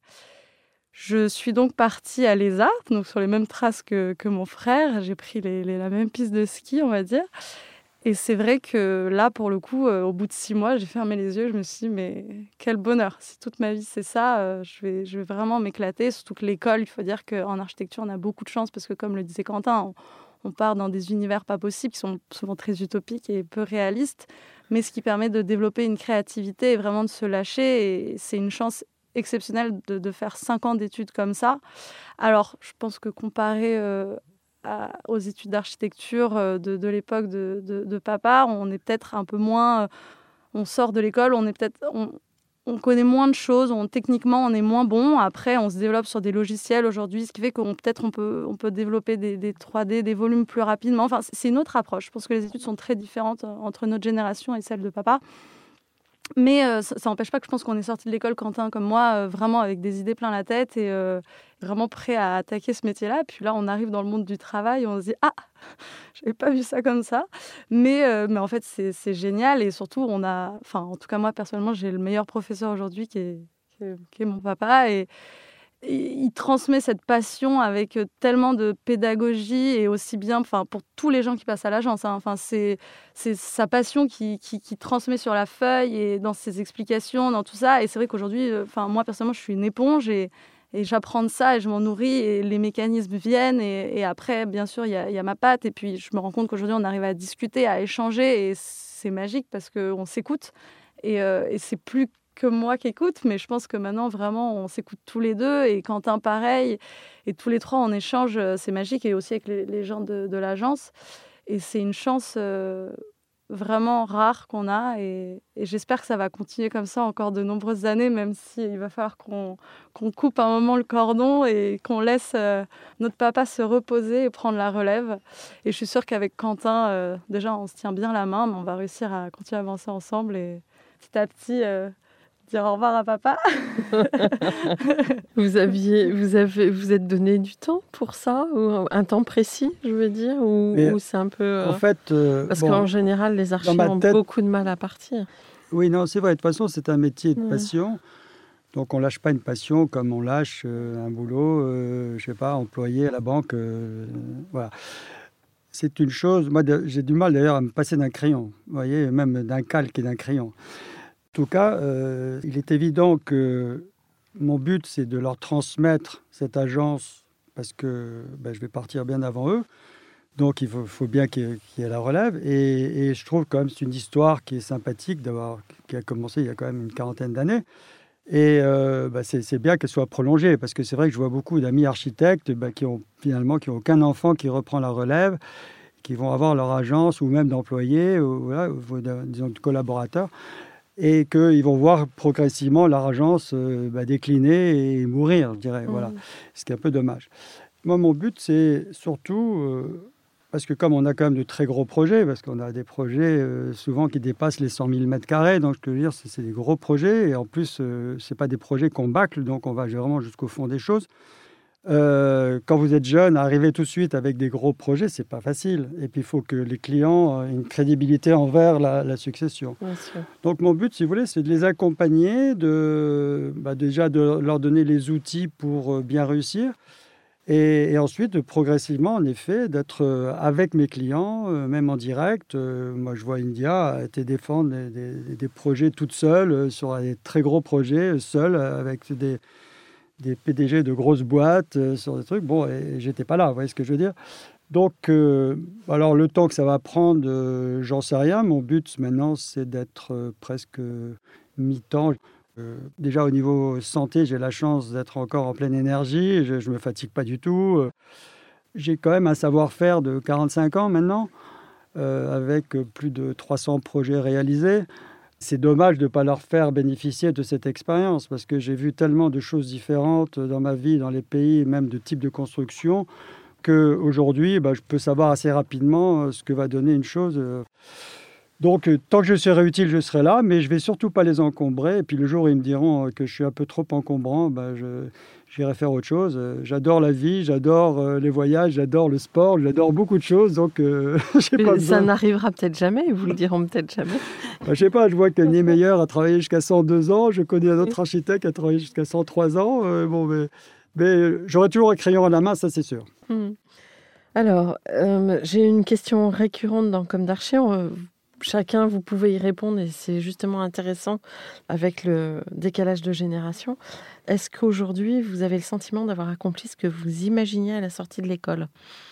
Je suis donc partie à l'E S A, donc sur les mêmes traces que, que mon frère. J'ai pris les, les, la même piste de ski, on va dire. Et c'est vrai que là, pour le coup, euh, au bout de six mois, j'ai fermé les yeux. Je me suis dit, mais quel bonheur. Si toute ma vie, c'est ça, euh, je, vais, je vais vraiment m'éclater. Surtout que l'école, il faut dire qu'en architecture, on a beaucoup de chance parce que, comme le disait Quentin, on, on part dans des univers pas possibles qui sont souvent très utopiques et peu réalistes, mais ce qui permet de développer une créativité et vraiment de se lâcher. Et c'est une chance exceptionnelle de, de faire cinq ans d'études comme ça. Alors, je pense que comparé... Euh, À, aux études d'architecture de, de l'époque de, de, de papa, on est peut-être un peu moins... On sort de l'école, on est peut-être... On, on connaît moins de choses, on, techniquement, on est moins bon. Après, on se développe sur des logiciels aujourd'hui, ce qui fait qu'on peut-être on peut, on peut développer des, des trois D, des volumes plus rapidement. Enfin, c'est une autre approche. Je pense que les études sont très différentes entre notre génération et celle de papa. Mais euh, ça n'empêche pas que je pense qu'on est sorti de l'école, Quentin, comme moi, euh, vraiment avec des idées plein la tête et euh, vraiment prêt à attaquer ce métier-là. Puis là, on arrive dans le monde du travail et on se dit « Ah, je n'avais pas vu ça comme ça ». Mais, euh, mais en fait, c'est, c'est génial. Et surtout, on a... Enfin, en tout cas, moi, personnellement, j'ai le meilleur professeur aujourd'hui qui est, qui est, qui est mon papa. Et, il transmet cette passion avec tellement de pédagogie et aussi bien enfin, pour tous les gens qui passent à l'agence. Hein. Enfin, c'est, c'est sa passion qui, qui, qui transmet sur la feuille et dans ses explications, dans tout ça. Et c'est vrai qu'aujourd'hui, enfin, moi, personnellement, je suis une éponge et, et j'apprends de ça et je m'en nourris et les mécanismes viennent. Et, et après, bien sûr, il y a, y a ma patte. Et puis, je me rends compte qu'aujourd'hui, on arrive à discuter, à échanger et c'est magique parce qu'on s'écoute. Et, euh, et c'est plus que moi qui écoute, mais je pense que maintenant, vraiment, on s'écoute tous les deux, et Quentin, pareil, et tous les trois, on échange, c'est magique, et aussi avec les, les gens de, de l'agence, et c'est une chance euh, vraiment rare qu'on a, et, et j'espère que ça va continuer comme ça encore de nombreuses années, même s'il va falloir qu'on, qu'on coupe un moment le cordon, et qu'on laisse euh, notre papa se reposer et prendre la relève, et je suis sûre qu'avec Quentin, euh, déjà, on se tient bien la main, mais on va réussir à continuer à avancer ensemble, et petit à petit... Euh, dire au revoir à papa. vous aviez, vous avez, vous êtes donné du temps pour ça, ou un temps précis, je veux dire, ou, ou c'est un peu. Euh... En fait, euh, parce bon, qu'en général, les archis ont tête... beaucoup de mal à partir. Oui, non, c'est vrai. De toute façon, c'est un métier de ouais. passion. Donc, on lâche pas une passion comme on lâche euh, un boulot, euh, je sais pas, employé à la banque. Euh, voilà. C'est une chose. Moi, de, j'ai du mal d'ailleurs à me passer d'un crayon. Vous voyez, même d'un calque et d'un crayon. tout cas, euh, il est évident que mon but, c'est de leur transmettre cette agence parce que ben, je vais partir bien avant eux. Donc, il faut, faut bien qu'il y, ait, qu'il y ait la relève. Et, et je trouve quand même que c'est une histoire qui est sympathique, d'avoir, qui a commencé il y a quand même une quarantaine d'années. Et euh, bah c'est, c'est bien qu'elle soit prolongée, parce que c'est vrai que je vois beaucoup d'amis architectes bah, qui ont finalement qui ont aucun enfant qui reprend la relève, qui vont avoir leur agence ou même d'employés, ou, voilà, ou de, disons de collaborateurs, et qu'ils vont voir progressivement leur agence euh, bah, décliner et mourir, je dirais. Mmh. Voilà, ce qui est un peu dommage. Moi, mon but, c'est surtout... Euh, Parce que comme on a quand même de très gros projets, parce qu'on a des projets euh, souvent qui dépassent les cent mille mètres carrés, donc je veux dire, c'est, c'est des gros projets, et en plus, euh, ce n'est pas des projets qu'on bâcle, donc on va vraiment jusqu'au fond des choses. Euh, quand vous êtes jeune, arriver tout de suite avec des gros projets, ce n'est pas facile. Et puis, il faut que les clients aient une crédibilité envers la, la succession. Bien sûr. Donc, mon but, si vous voulez, c'est de les accompagner, de, bah, déjà de leur donner les outils pour bien réussir. Et, et ensuite, de progressivement, en effet, d'être avec mes clients, euh, même en direct. Euh, moi, je vois India était défendre des, des, des projets toute seule, euh, sur des très gros projets, seule, avec des, des P D G de grosses boîtes, euh, sur des trucs. Bon, et, et j'étais pas là, vous voyez ce que je veux dire. Donc, euh, alors, le temps que ça va prendre, euh, j'en sais rien. Mon but, maintenant, c'est d'être euh, presque mi-temps. Euh, déjà au niveau santé, j'ai la chance d'être encore en pleine énergie, je ne me fatigue pas du tout. Euh, j'ai quand même un savoir-faire de quarante-cinq ans maintenant, euh, avec plus de trois cents projets réalisés. C'est dommage de ne pas leur faire bénéficier de cette expérience, parce que j'ai vu tellement de choses différentes dans ma vie, dans les pays, même de types de construction, qu'aujourd'hui, bah, je peux savoir assez rapidement ce que va donner une chose. Euh, Donc, euh, tant que je serai utile, je serai là, mais je ne vais surtout pas les encombrer. Et puis, le jour où ils me diront que je suis un peu trop encombrant, ben, je, j'irai faire autre chose. Euh, j'adore la vie, j'adore euh, les voyages, j'adore le sport, j'adore beaucoup de choses. Donc, euh, j'ai pas besoin. Ça n'arrivera peut-être jamais, ils vous le diront peut-être jamais. Ben, je ne sais pas, je vois que Niemeyer a travaillé jusqu'à cent deux ans. Je connais un autre architecte qui a travaillé jusqu'à cent trois ans. Euh, bon, mais, mais j'aurai toujours un crayon à la main, ça c'est sûr. Mmh. Alors, euh, j'ai une question récurrente dans Comme d'Archi. On, Chacun, vous pouvez y répondre et c'est justement intéressant avec le décalage de génération. Est-ce qu'aujourd'hui, vous avez le sentiment d'avoir accompli ce que vous imaginiez à la sortie de l'école ?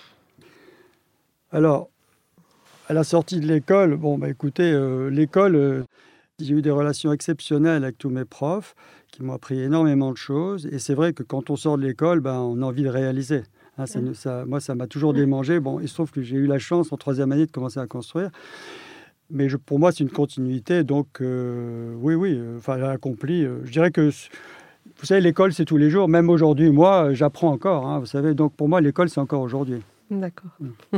Alors, à la sortie de l'école, bon, bah, écoutez, euh, l'école, euh, j'ai eu des relations exceptionnelles avec tous mes profs qui m'ont appris énormément de choses. Et c'est vrai que quand on sort de l'école, bah, on a envie de réaliser. Hein, ça, ça, moi, ça m'a toujours démangé. Bon, il se trouve que j'ai eu la chance en troisième année de commencer à construire. Mais je, pour moi, c'est une continuité. Donc, euh, oui, oui, euh, enfin, j'ai accompli. Euh, je dirais que, vous savez, l'école, c'est tous les jours. Même aujourd'hui, moi, j'apprends encore. Hein, vous savez, donc pour moi, l'école, c'est encore aujourd'hui. D'accord. Mm.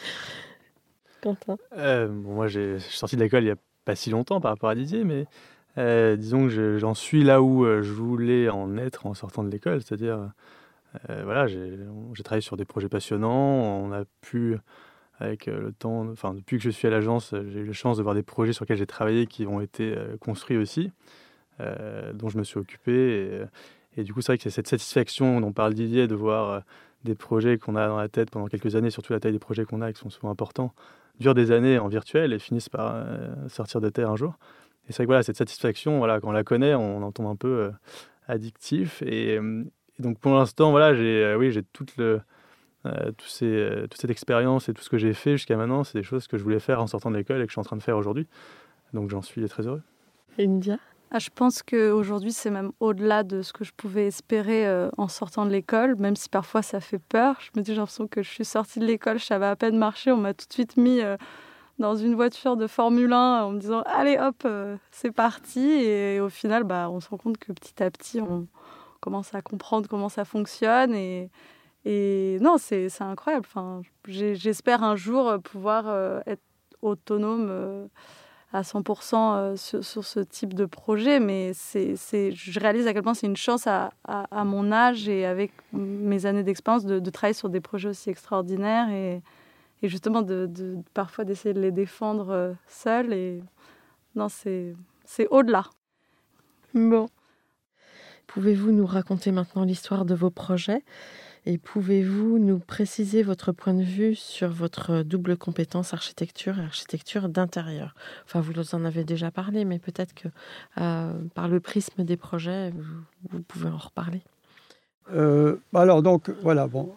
Quentin euh, bon, Moi, j'ai, je suis sorti de l'école il n'y a pas si longtemps par rapport à Didier, mais euh, disons que je, j'en suis là où je voulais en être en sortant de l'école. C'est-à-dire, euh, voilà, j'ai, j'ai travaillé sur des projets passionnants. On a pu... Avec le temps, enfin, depuis que je suis à l'agence, j'ai eu la chance de voir des projets sur lesquels j'ai travaillé qui ont été euh, construits aussi, euh, dont je me suis occupé. Et, et du coup, c'est vrai que c'est cette satisfaction dont parle Didier, de voir euh, des projets qu'on a dans la tête pendant quelques années, surtout la taille des projets qu'on a, qui sont souvent importants, durent des années en virtuel et finissent par euh, sortir de terre un jour. Et c'est vrai que voilà, cette satisfaction, voilà, quand on la connaît, on en tombe un peu euh, addictif. Et, et donc, pour l'instant, voilà, j'ai, euh, oui, j'ai toute le... Euh, tous ces, euh, toute cette expérience et tout ce que j'ai fait jusqu'à maintenant, c'est des choses que je voulais faire en sortant de l'école et que je suis en train de faire aujourd'hui. Donc j'en suis très heureux. India ? Ah, je pense qu'aujourd'hui, c'est même au-delà de ce que je pouvais espérer euh, en sortant de l'école, même si parfois ça fait peur. Je me dis, j'ai l'impression que je suis sortie de l'école, je savais à peine marcher, on m'a tout de suite mis euh, dans une voiture de Formule un en me disant, allez hop, euh, c'est parti. Et, et au final, bah, on se rend compte que petit à petit, on commence à comprendre comment ça fonctionne et Et non, c'est, c'est incroyable. Enfin, j'ai, j'espère un jour pouvoir euh, être autonome euh, à cent pour cent euh, sur, sur ce type de projet. Mais c'est, c'est, je réalise à quel point c'est une chance à, à, à mon âge et avec mes années d'expérience de, de travailler sur des projets aussi extraordinaires et, et justement de, de, parfois d'essayer de les défendre euh, seule. Et non, c'est, c'est au-delà. Bon. Pouvez-vous nous raconter maintenant l'histoire de vos projets ? Et pouvez-vous nous préciser votre point de vue sur votre double compétence architecture et architecture d'intérieur ? Enfin, vous en avez déjà parlé, mais peut-être que euh, par le prisme des projets, vous, vous pouvez en reparler. Euh, alors donc, voilà, bon,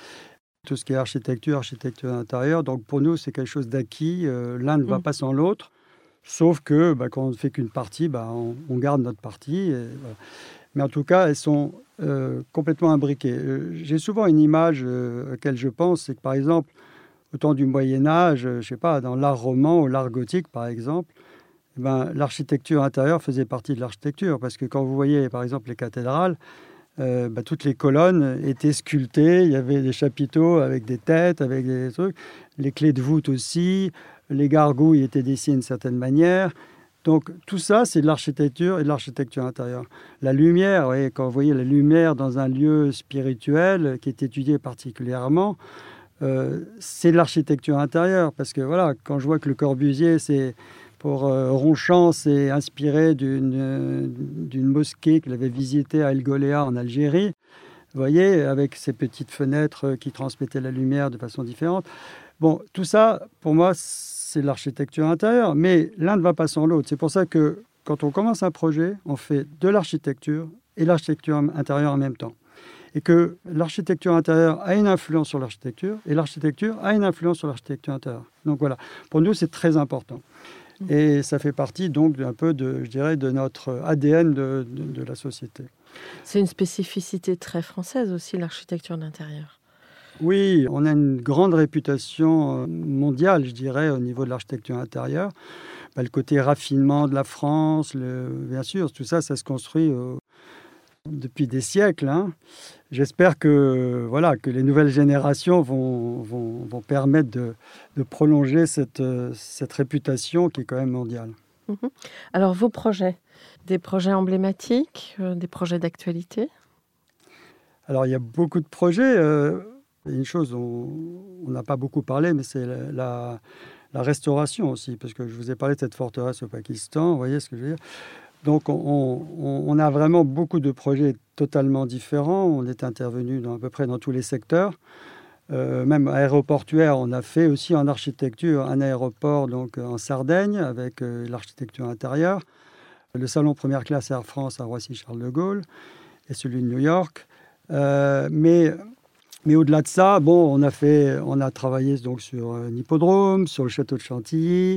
tout ce qui est architecture, architecture d'intérieur, donc pour nous, c'est quelque chose d'acquis. Euh, l'un ne va mmh. pas sans l'autre, sauf que bah, quand on ne fait qu'une partie, bah, on, on garde notre partie. Et, voilà. Mais en tout cas, elles sont euh, complètement imbriquées. Euh, j'ai souvent une image euh, à laquelle je pense, c'est que par exemple, au temps du Moyen-Âge, euh, je sais pas, dans l'art roman ou l'art gothique, par exemple, eh ben, l'architecture intérieure faisait partie de l'architecture. Parce que quand vous voyez, par exemple, les cathédrales, euh, bah, toutes les colonnes étaient sculptées. Il y avait des chapiteaux avec des têtes, avec des trucs. Les clés de voûte aussi. Les gargouilles étaient dessinées d'une certaine manière. Donc, tout ça, c'est de l'architecture et de l'architecture intérieure. La lumière, oui, quand vous voyez la lumière dans un lieu spirituel qui est étudié particulièrement, euh, c'est de l'architecture intérieure. Parce que, voilà, quand je vois que Le Corbusier, c'est, pour euh, Ronchamp, c'est inspiré d'une, euh, d'une mosquée qu'il avait visitée à El Goléa, en Algérie, vous voyez, avec ces petites fenêtres qui transmettaient la lumière de façon différente. Bon, tout ça, pour moi, c'est de l'architecture intérieure, mais l'un ne va pas sans l'autre. C'est pour ça que quand on commence un projet, on fait de l'architecture et de l'architecture intérieure en même temps. Et que l'architecture intérieure a une influence sur l'architecture et l'architecture a une influence sur l'architecture intérieure. Donc voilà, pour nous, c'est très important. Et ça fait partie donc un peu de, je dirais, de notre A D N de, de, de la société. C'est une spécificité très française aussi, l'architecture d'intérieur. Oui, on a une grande réputation mondiale, je dirais, au niveau de l'architecture intérieure. Bah, le côté raffinement de la France, le, bien sûr, tout ça, ça se construit euh, depuis des siècles. Hein. J'espère que, voilà, que les nouvelles générations vont, vont, vont permettre de, de prolonger cette, cette réputation qui est quand même mondiale. Mmh. Alors, vos projets, des projets emblématiques, euh, des projets d'actualité ? Alors, il y a beaucoup de projets. Euh, Une chose dont on n'a pas beaucoup parlé, mais c'est la, la, la restauration aussi, parce que je vous ai parlé de cette forteresse au Pakistan, vous voyez ce que je veux dire ? Donc on, on, on a vraiment beaucoup de projets totalement différents, on est intervenu dans, à peu près dans tous les secteurs, euh, même aéroportuaire, on a fait aussi en architecture un aéroport donc, en Sardaigne, avec euh, l'architecture intérieure, le salon première classe Air France à Roissy-Charles de Gaulle, et celui de New York, euh, mais... Mais au-delà de ça, bon, on a fait, on a travaillé donc sur un hippodrome, sur le château de Chantilly,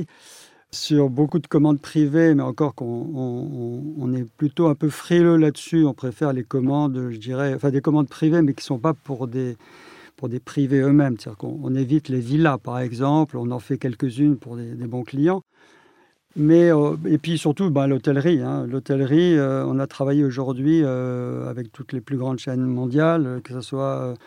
sur beaucoup de commandes privées, mais encore qu'on on, on est plutôt un peu frileux là-dessus. On préfère les commandes, je dirais, enfin des commandes privées, mais qui ne sont pas pour des, pour des privés eux-mêmes. C'est-à-dire qu'on on évite les villas, par exemple. On en fait quelques-unes pour des, des bons clients. Mais, euh, et puis surtout, ben, l'hôtellerie. Hein. L'hôtellerie, euh, on a travaillé aujourd'hui euh, avec toutes les plus grandes chaînes mondiales, que ce soit... Euh,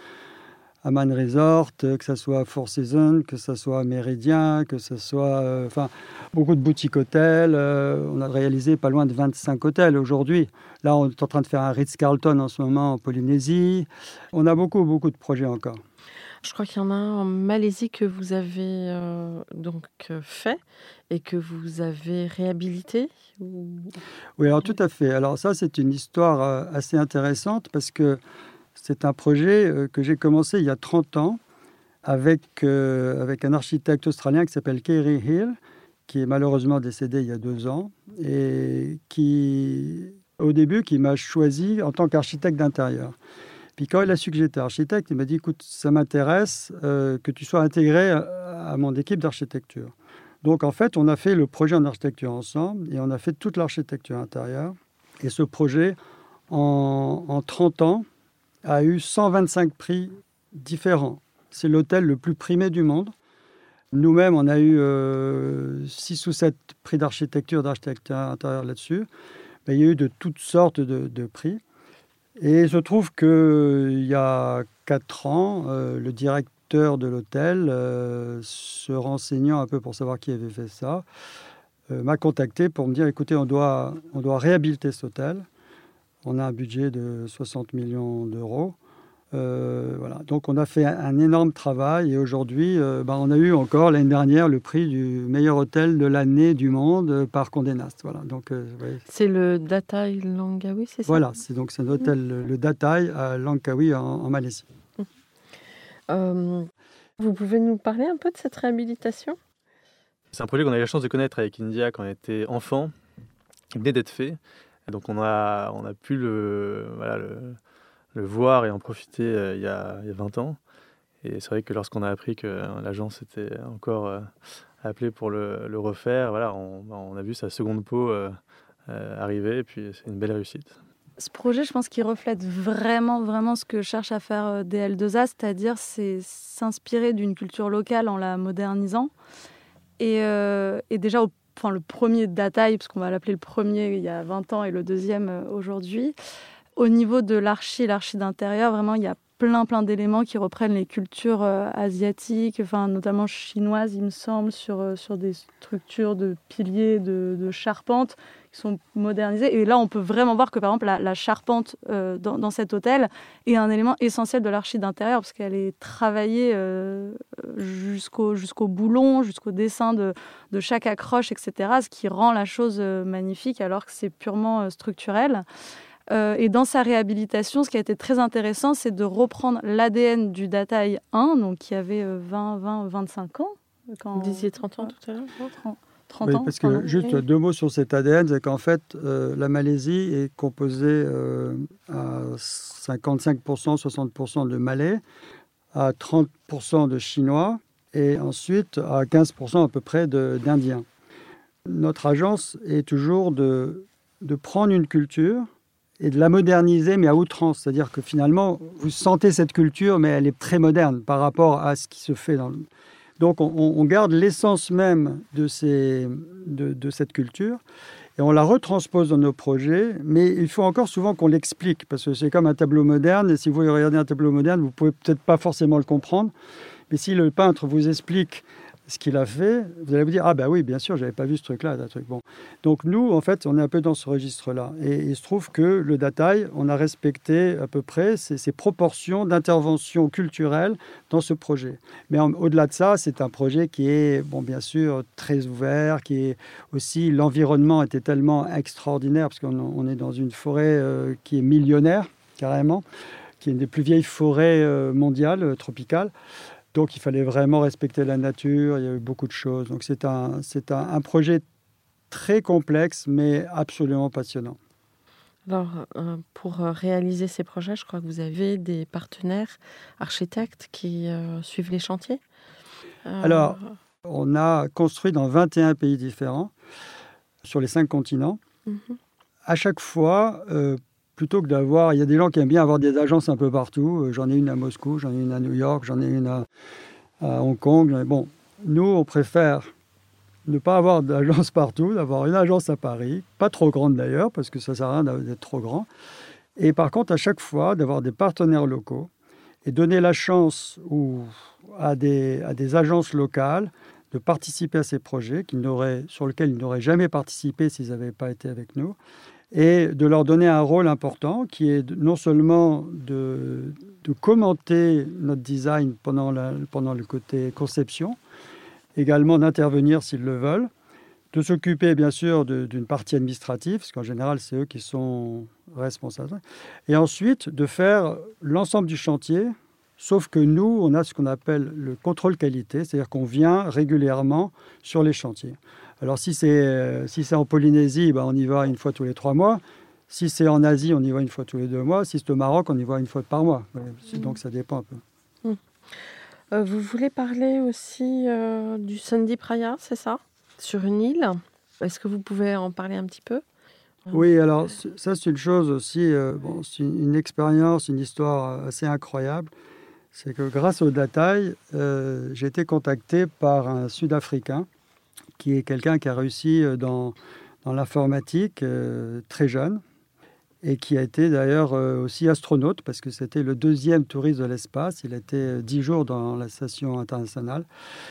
Aman Resort, que ce soit Four Seasons, que ce soit Méridien, que ce soit euh, enfin, beaucoup de boutiques hôtels. Euh, on a réalisé pas loin de vingt-cinq hôtels aujourd'hui. Là, on est en train de faire un Ritz-Carlton en ce moment en Polynésie. On a beaucoup, beaucoup de projets encore. Je crois qu'il y en a un en Malaisie que vous avez euh, donc fait et que vous avez réhabilité ou... Oui, alors tout à fait. Alors ça, c'est une histoire euh, assez intéressante parce que c'est un projet que j'ai commencé il y a trente ans avec, euh, avec un architecte australien qui s'appelle Kerry Hill, qui est malheureusement décédé il y a deux ans, et qui, au début, qui m'a choisi en tant qu'architecte d'intérieur. Puis quand il a su que j'étais architecte, il m'a dit « Écoute, ça m'intéresse euh, que tu sois intégré à, à mon équipe d'architecture. » Donc en fait, on a fait le projet en architecture ensemble, et on a fait toute l'architecture intérieure. Et ce projet, en, en trente ans, a eu cent vingt-cinq prix différents. C'est l'hôtel le plus primé du monde. Nous-mêmes, on a eu euh, six ou sept prix d'architecture, d'architecture intérieure là-dessus. Mais il y a eu de toutes sortes de, de prix. Et il se trouve qu'il y a quatre ans, euh, le directeur de l'hôtel, euh, se renseignant un peu pour savoir qui avait fait ça, euh, m'a contacté pour me dire, écoutez, on doit, on doit réhabiliter cet hôtel. On a un budget de soixante millions d'euros. Euh, voilà. Donc, on a fait un, un énorme travail. Et aujourd'hui, euh, bah, on a eu encore l'année dernière le prix du meilleur hôtel de l'année du monde euh, par Condé Nast. Voilà. Donc, euh, ouais. C'est le Datai Langkawi, c'est ça ? Voilà. C'est, donc, c'est un hôtel, mmh. le, le Datai à Langkawi en, en Malaisie. Mmh. Euh, vous pouvez nous parler un peu de cette réhabilitation ? C'est un projet qu'on a eu la chance de connaître avec India quand on était enfant. Il venait d'être fait. Donc on a, on a pu le, voilà, le, le voir et en profiter euh, il, y a, il y a vingt ans. Et c'est vrai que lorsqu'on a appris que euh, l'agence était encore euh, appelée pour le, le refaire, voilà, on, on a vu sa seconde peau euh, euh, arriver et puis c'est une belle réussite. Ce projet, je pense qu'il reflète vraiment, vraiment ce que cherche à faire D L deux A, c'est-à-dire c'est s'inspirer d'une culture locale en la modernisant. Et, euh, et déjà, au, enfin, le premier Dataï, parce qu'on va l'appeler le premier il y a vingt ans et le deuxième euh, aujourd'hui, au niveau de l'archi, l'archi d'intérieur, vraiment, il y a plein, plein d'éléments qui reprennent les cultures euh, asiatiques, enfin, notamment chinoises, il me semble, sur, euh, sur des structures de piliers, de, de charpentes qui sont modernisées. Et là, on peut vraiment voir que, par exemple, la, la charpente euh, dans, dans cet hôtel est un élément essentiel de l'archi d'intérieur parce qu'elle est travaillée euh, jusqu'au, jusqu'au boulon, jusqu'au dessin de, de chaque accroche, et cetera, ce qui rend la chose euh, magnifique alors que c'est purement euh, structurel. Euh, et dans sa réhabilitation, ce qui a été très intéressant, c'est de reprendre l'A D N du Dataï un, donc qui avait euh, vingt, vingt, vingt-cinq ans. Quand... Vous disiez trente ans tout à l'heure ? trente, trente oui, ans. parce que pardon. juste deux mots sur cet A D N, c'est qu'en fait, euh, la Malaisie est composée euh, à cinquante-cinq pour cent, soixante pour cent de Malais, à trente pour cent de Chinois et ensuite à quinze pour cent à peu près de, d'Indiens. Notre agence est toujours de, de prendre une culture et de la moderniser, mais à outrance. C'est-à-dire que finalement, vous sentez cette culture, mais elle est très moderne par rapport à ce qui se fait dans le... Donc, on, on garde l'essence même de, ces, de, de cette culture et on la retranspose dans nos projets, mais il faut encore souvent qu'on l'explique, parce que c'est comme un tableau moderne, et si vous regardez un tableau moderne, vous ne pouvez peut-être pas forcément le comprendre, mais si le peintre vous explique ce qu'il a fait, vous allez vous dire « Ah ben oui, bien sûr, je n'avais pas vu ce truc-là. » truc. Bon. Donc nous, en fait, on est un peu dans ce registre-là. Et il se trouve que le Dataï, on a respecté à peu près ces, ces proportions d'intervention culturelle dans ce projet. Mais en, au-delà de ça, c'est un projet qui est, bon, bien sûr, très ouvert, qui est aussi... L'environnement était tellement extraordinaire, parce qu'on on est dans une forêt euh, qui est millionnaire, carrément, qui est une des plus vieilles forêts euh, mondiales, euh, tropicales. Donc, il fallait vraiment respecter la nature. Il y a eu beaucoup de choses. Donc, c'est un, c'est un, un projet très complexe, mais absolument passionnant. Alors, euh, pour réaliser ces projets, je crois que vous avez des partenaires architectes qui euh, suivent les chantiers. Euh... Alors, on a construit dans vingt et un pays différents, sur les cinq continents. Mm-hmm. À chaque fois... Euh, Plutôt que d'avoir, il y a des gens qui aiment bien avoir des agences un peu partout. J'en ai une à Moscou, j'en ai une à New York, j'en ai une à, à Hong Kong. Bon, nous, on préfère ne pas avoir d'agence partout, d'avoir une agence à Paris, pas trop grande d'ailleurs, parce que ça ne sert à rien d'être trop grand. Et par contre, à chaque fois, d'avoir des partenaires locaux et donner la chance ou, à, des, à des agences locales de participer à ces projets qui n'auraient, sur lesquels ils n'auraient jamais participé s'ils n'avaient pas été avec nous. Et de leur donner un rôle important qui est de, non seulement de, de commenter notre design pendant, la, pendant le côté conception, également d'intervenir s'ils le veulent, de s'occuper bien sûr de, d'une partie administrative, parce qu'en général c'est eux qui sont responsables, et ensuite de faire l'ensemble du chantier, sauf que nous, on a ce qu'on appelle le contrôle qualité, c'est-à-dire qu'on vient régulièrement sur les chantiers. Alors, si c'est, euh, si c'est en Polynésie, ben, on y va une fois tous les trois mois. Si c'est en Asie, on y va une fois tous les deux mois. Si c'est au Maroc, on y va une fois par mois. Mmh. Donc, ça dépend un peu. Mmh. Euh, vous voulez parler aussi euh, du Sandip Raya, c'est ça ? Sur une île. Est-ce que vous pouvez en parler un petit peu ? Oui, alors, ça, c'est une chose aussi, euh, bon, c'est une, une expérience, une histoire assez incroyable. C'est que grâce au Dataï, euh, j'ai été contacté par un Sud-Africain qui est quelqu'un qui a réussi dans, dans l'informatique euh, très jeune et qui a été d'ailleurs euh, aussi astronaute parce que c'était le deuxième touriste de l'espace. Il a été dix jours dans la station internationale.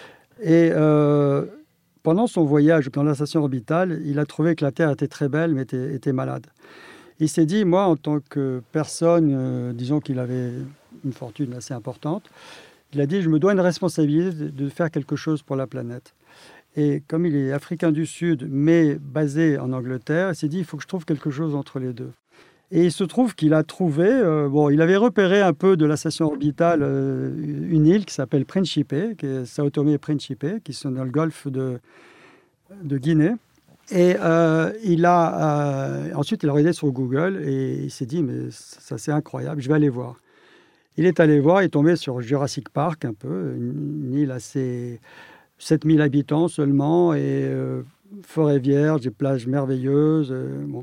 Et euh, pendant son voyage dans la station orbitale, il a trouvé que la Terre était très belle mais était, était malade. Il s'est dit, moi, en tant que personne, euh, disons qu'il avait une fortune assez importante, il a dit, je me dois une responsabilité de, de faire quelque chose pour la planète. Et comme il est africain du Sud, mais basé en Angleterre, il s'est dit, il faut que je trouve quelque chose entre les deux. Et il se trouve qu'il a trouvé, euh, bon, il avait repéré un peu de la station orbitale euh, une île qui s'appelle Principe, qui est Sao Tomé et Principe, qui sont dans le golfe de, de Guinée. Et euh, il a, euh, ensuite, il a regardé sur Google et il s'est dit, mais ça, ça c'est incroyable, je vais aller voir. Il est allé voir, il est tombé sur Jurassic Park un peu, une, une île assez sept mille habitants seulement, et euh, forêt vierge, des plages merveilleuses. Euh, bon.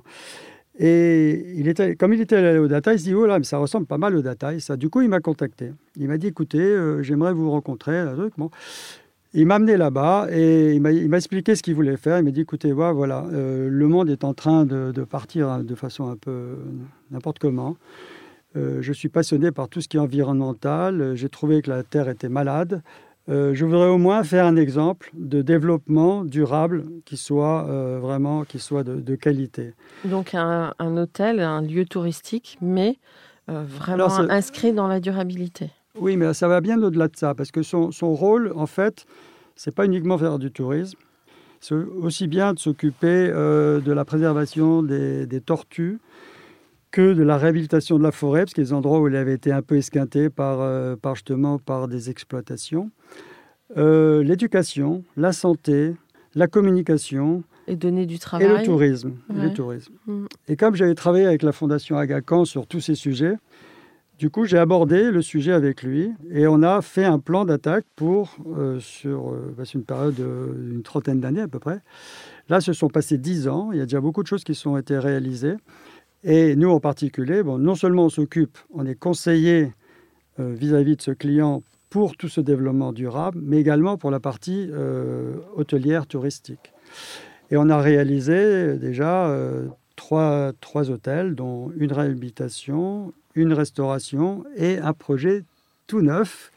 Et il était, comme il était allé au Dataï, il s'est dit, oh là, mais ça ressemble pas mal au Dataï, ça. Du coup, il m'a contacté. Il m'a dit, écoutez, euh, j'aimerais vous rencontrer. Un truc. Bon. Il m'a amené là-bas et il m'a, il m'a expliqué ce qu'il voulait faire. Il m'a dit, écoutez, voilà, voilà euh, le monde est en train de, de partir de façon un peu n'importe comment. Euh, je suis passionné par tout ce qui est environnemental. J'ai trouvé que la Terre était malade. Euh, je voudrais au moins faire un exemple de développement durable qui soit euh, vraiment qui soit de, de qualité. Donc un, un hôtel, un lieu touristique, mais euh, vraiment Alors, inscrit dans la durabilité. Oui, mais ça va bien au-delà de ça, parce que son, son rôle, en fait, c'est pas uniquement faire du tourisme, c'est aussi bien de s'occuper euh, de la préservation des, des tortues que de la réhabilitation de la forêt, parce qu'il y a des endroits où elle avait été un peu esquintée par, euh, par justement par des exploitations. Euh, l'éducation, la santé, la communication et donner du travail et le tourisme. Ouais. Le tourisme. Mmh. Et comme j'avais travaillé avec la Fondation Aga Khan sur tous ces sujets, du coup j'ai abordé le sujet avec lui et on a fait un plan d'attaque pour euh, sur euh, bah, une période d'une trentaine d'années à peu près. Là, se sont passés dix ans. Il y a déjà beaucoup de choses qui sont été réalisées. Et nous, en particulier, bon, non seulement on s'occupe, on est conseillé euh, vis-à-vis de ce client pour tout ce développement durable, mais également pour la partie euh, hôtelière touristique. Et on a réalisé déjà euh, trois, trois hôtels, dont une réhabilitation, une restauration et un projet tout neuf.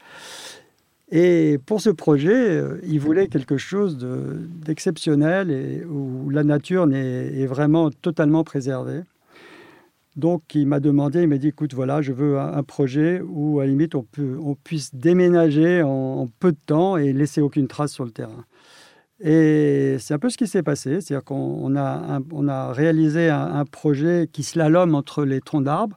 Et pour ce projet, euh, il voulait quelque chose de, d'exceptionnel et où la nature est, est vraiment totalement préservée. Donc, il m'a demandé, il m'a dit, écoute, voilà, je veux un, un projet où, à la limite, on, peut, on puisse déménager en, en peu de temps et laisser aucune trace sur le terrain. Et c'est un peu ce qui s'est passé. C'est-à-dire qu'on on a, un, on a réalisé un, un projet qui slalome entre les troncs d'arbres.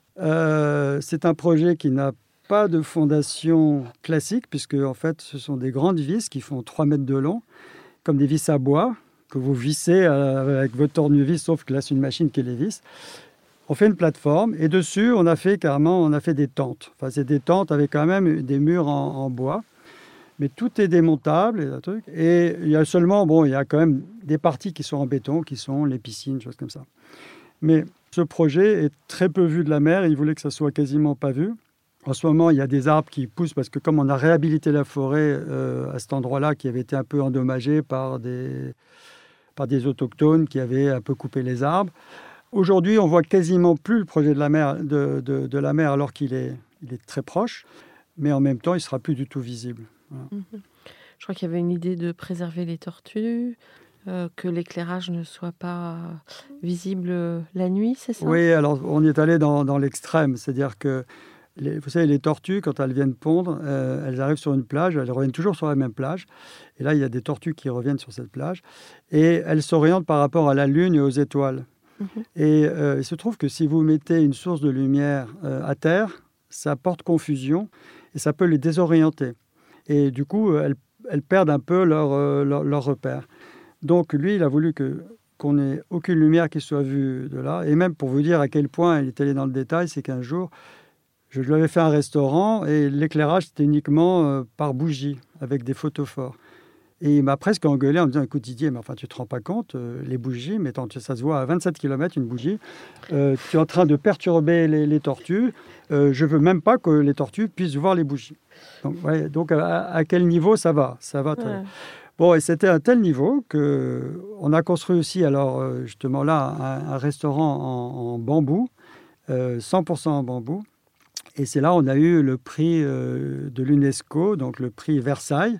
Euh, c'est un projet qui n'a pas de fondation classique, puisque, en fait, ce sont des grandes vis qui font trois mètres de long, comme des vis à bois, que vous vissez avec votre tournevis, sauf que là, c'est une machine qui les visse. On fait une plateforme et dessus, on a fait carrément, on a fait des tentes. Enfin, c'est des tentes avec quand même des murs en, en bois. Mais tout est démontable et, truc. et il y a seulement, bon, il y a quand même des parties qui sont en béton, qui sont les piscines, choses comme ça. Mais ce projet est très peu vu de la mer. Il voulait que ça soit quasiment pas vu. En ce moment, il y a des arbres qui poussent parce que comme on a réhabilité la forêt euh, à cet endroit-là, qui avait été un peu endommagé par des, par des autochtones qui avaient un peu coupé les arbres. Aujourd'hui, on voit quasiment plus le projet de la mer, de, de, de la mer alors qu'il est, il est très proche, mais en même temps, il ne sera plus du tout visible. Voilà. Mmh. Je crois qu'il y avait une idée de préserver les tortues, euh, que l'éclairage ne soit pas visible la nuit, c'est ça ? Oui, alors on est allé dans, dans l'extrême, c'est-à-dire que les, vous savez, les tortues, quand elles viennent pondre, euh, elles arrivent sur une plage, elles reviennent toujours sur la même plage. Et là, il y a des tortues qui reviennent sur cette plage. Et elles s'orientent par rapport à la Lune et aux étoiles. Mmh. Et euh, il se trouve que si vous mettez une source de lumière euh, à terre, ça porte confusion et ça peut les désorienter. Et du coup, elles, elles perdent un peu leur, euh, leur, leur repère. Donc lui, il a voulu que, qu'on n'ait aucune lumière qui soit vue de là. Et même pour vous dire à quel point il est allé dans le détail, c'est qu'un jour, je lui avais fait un restaurant et l'éclairage, c'était uniquement euh, par bougie, avec des photophores. Et il m'a presque engueulé en me disant, écoute Didier, mais enfin tu ne te rends pas compte, euh, les bougies, mais tant, ça se voit à vingt-sept kilomètres une bougie, euh, tu es en train de perturber les, les tortues, euh, je ne veux même pas que les tortues puissent voir les bougies. Donc, ouais, donc à, à quel niveau ça va Ça va très ouais. Bon, et c'était à un tel niveau qu'on a construit aussi, alors justement là, un, un restaurant en, en bambou, euh, cent pour cent en bambou. Et c'est là on a eu le prix euh, de l'UNESCO, donc le prix Versailles.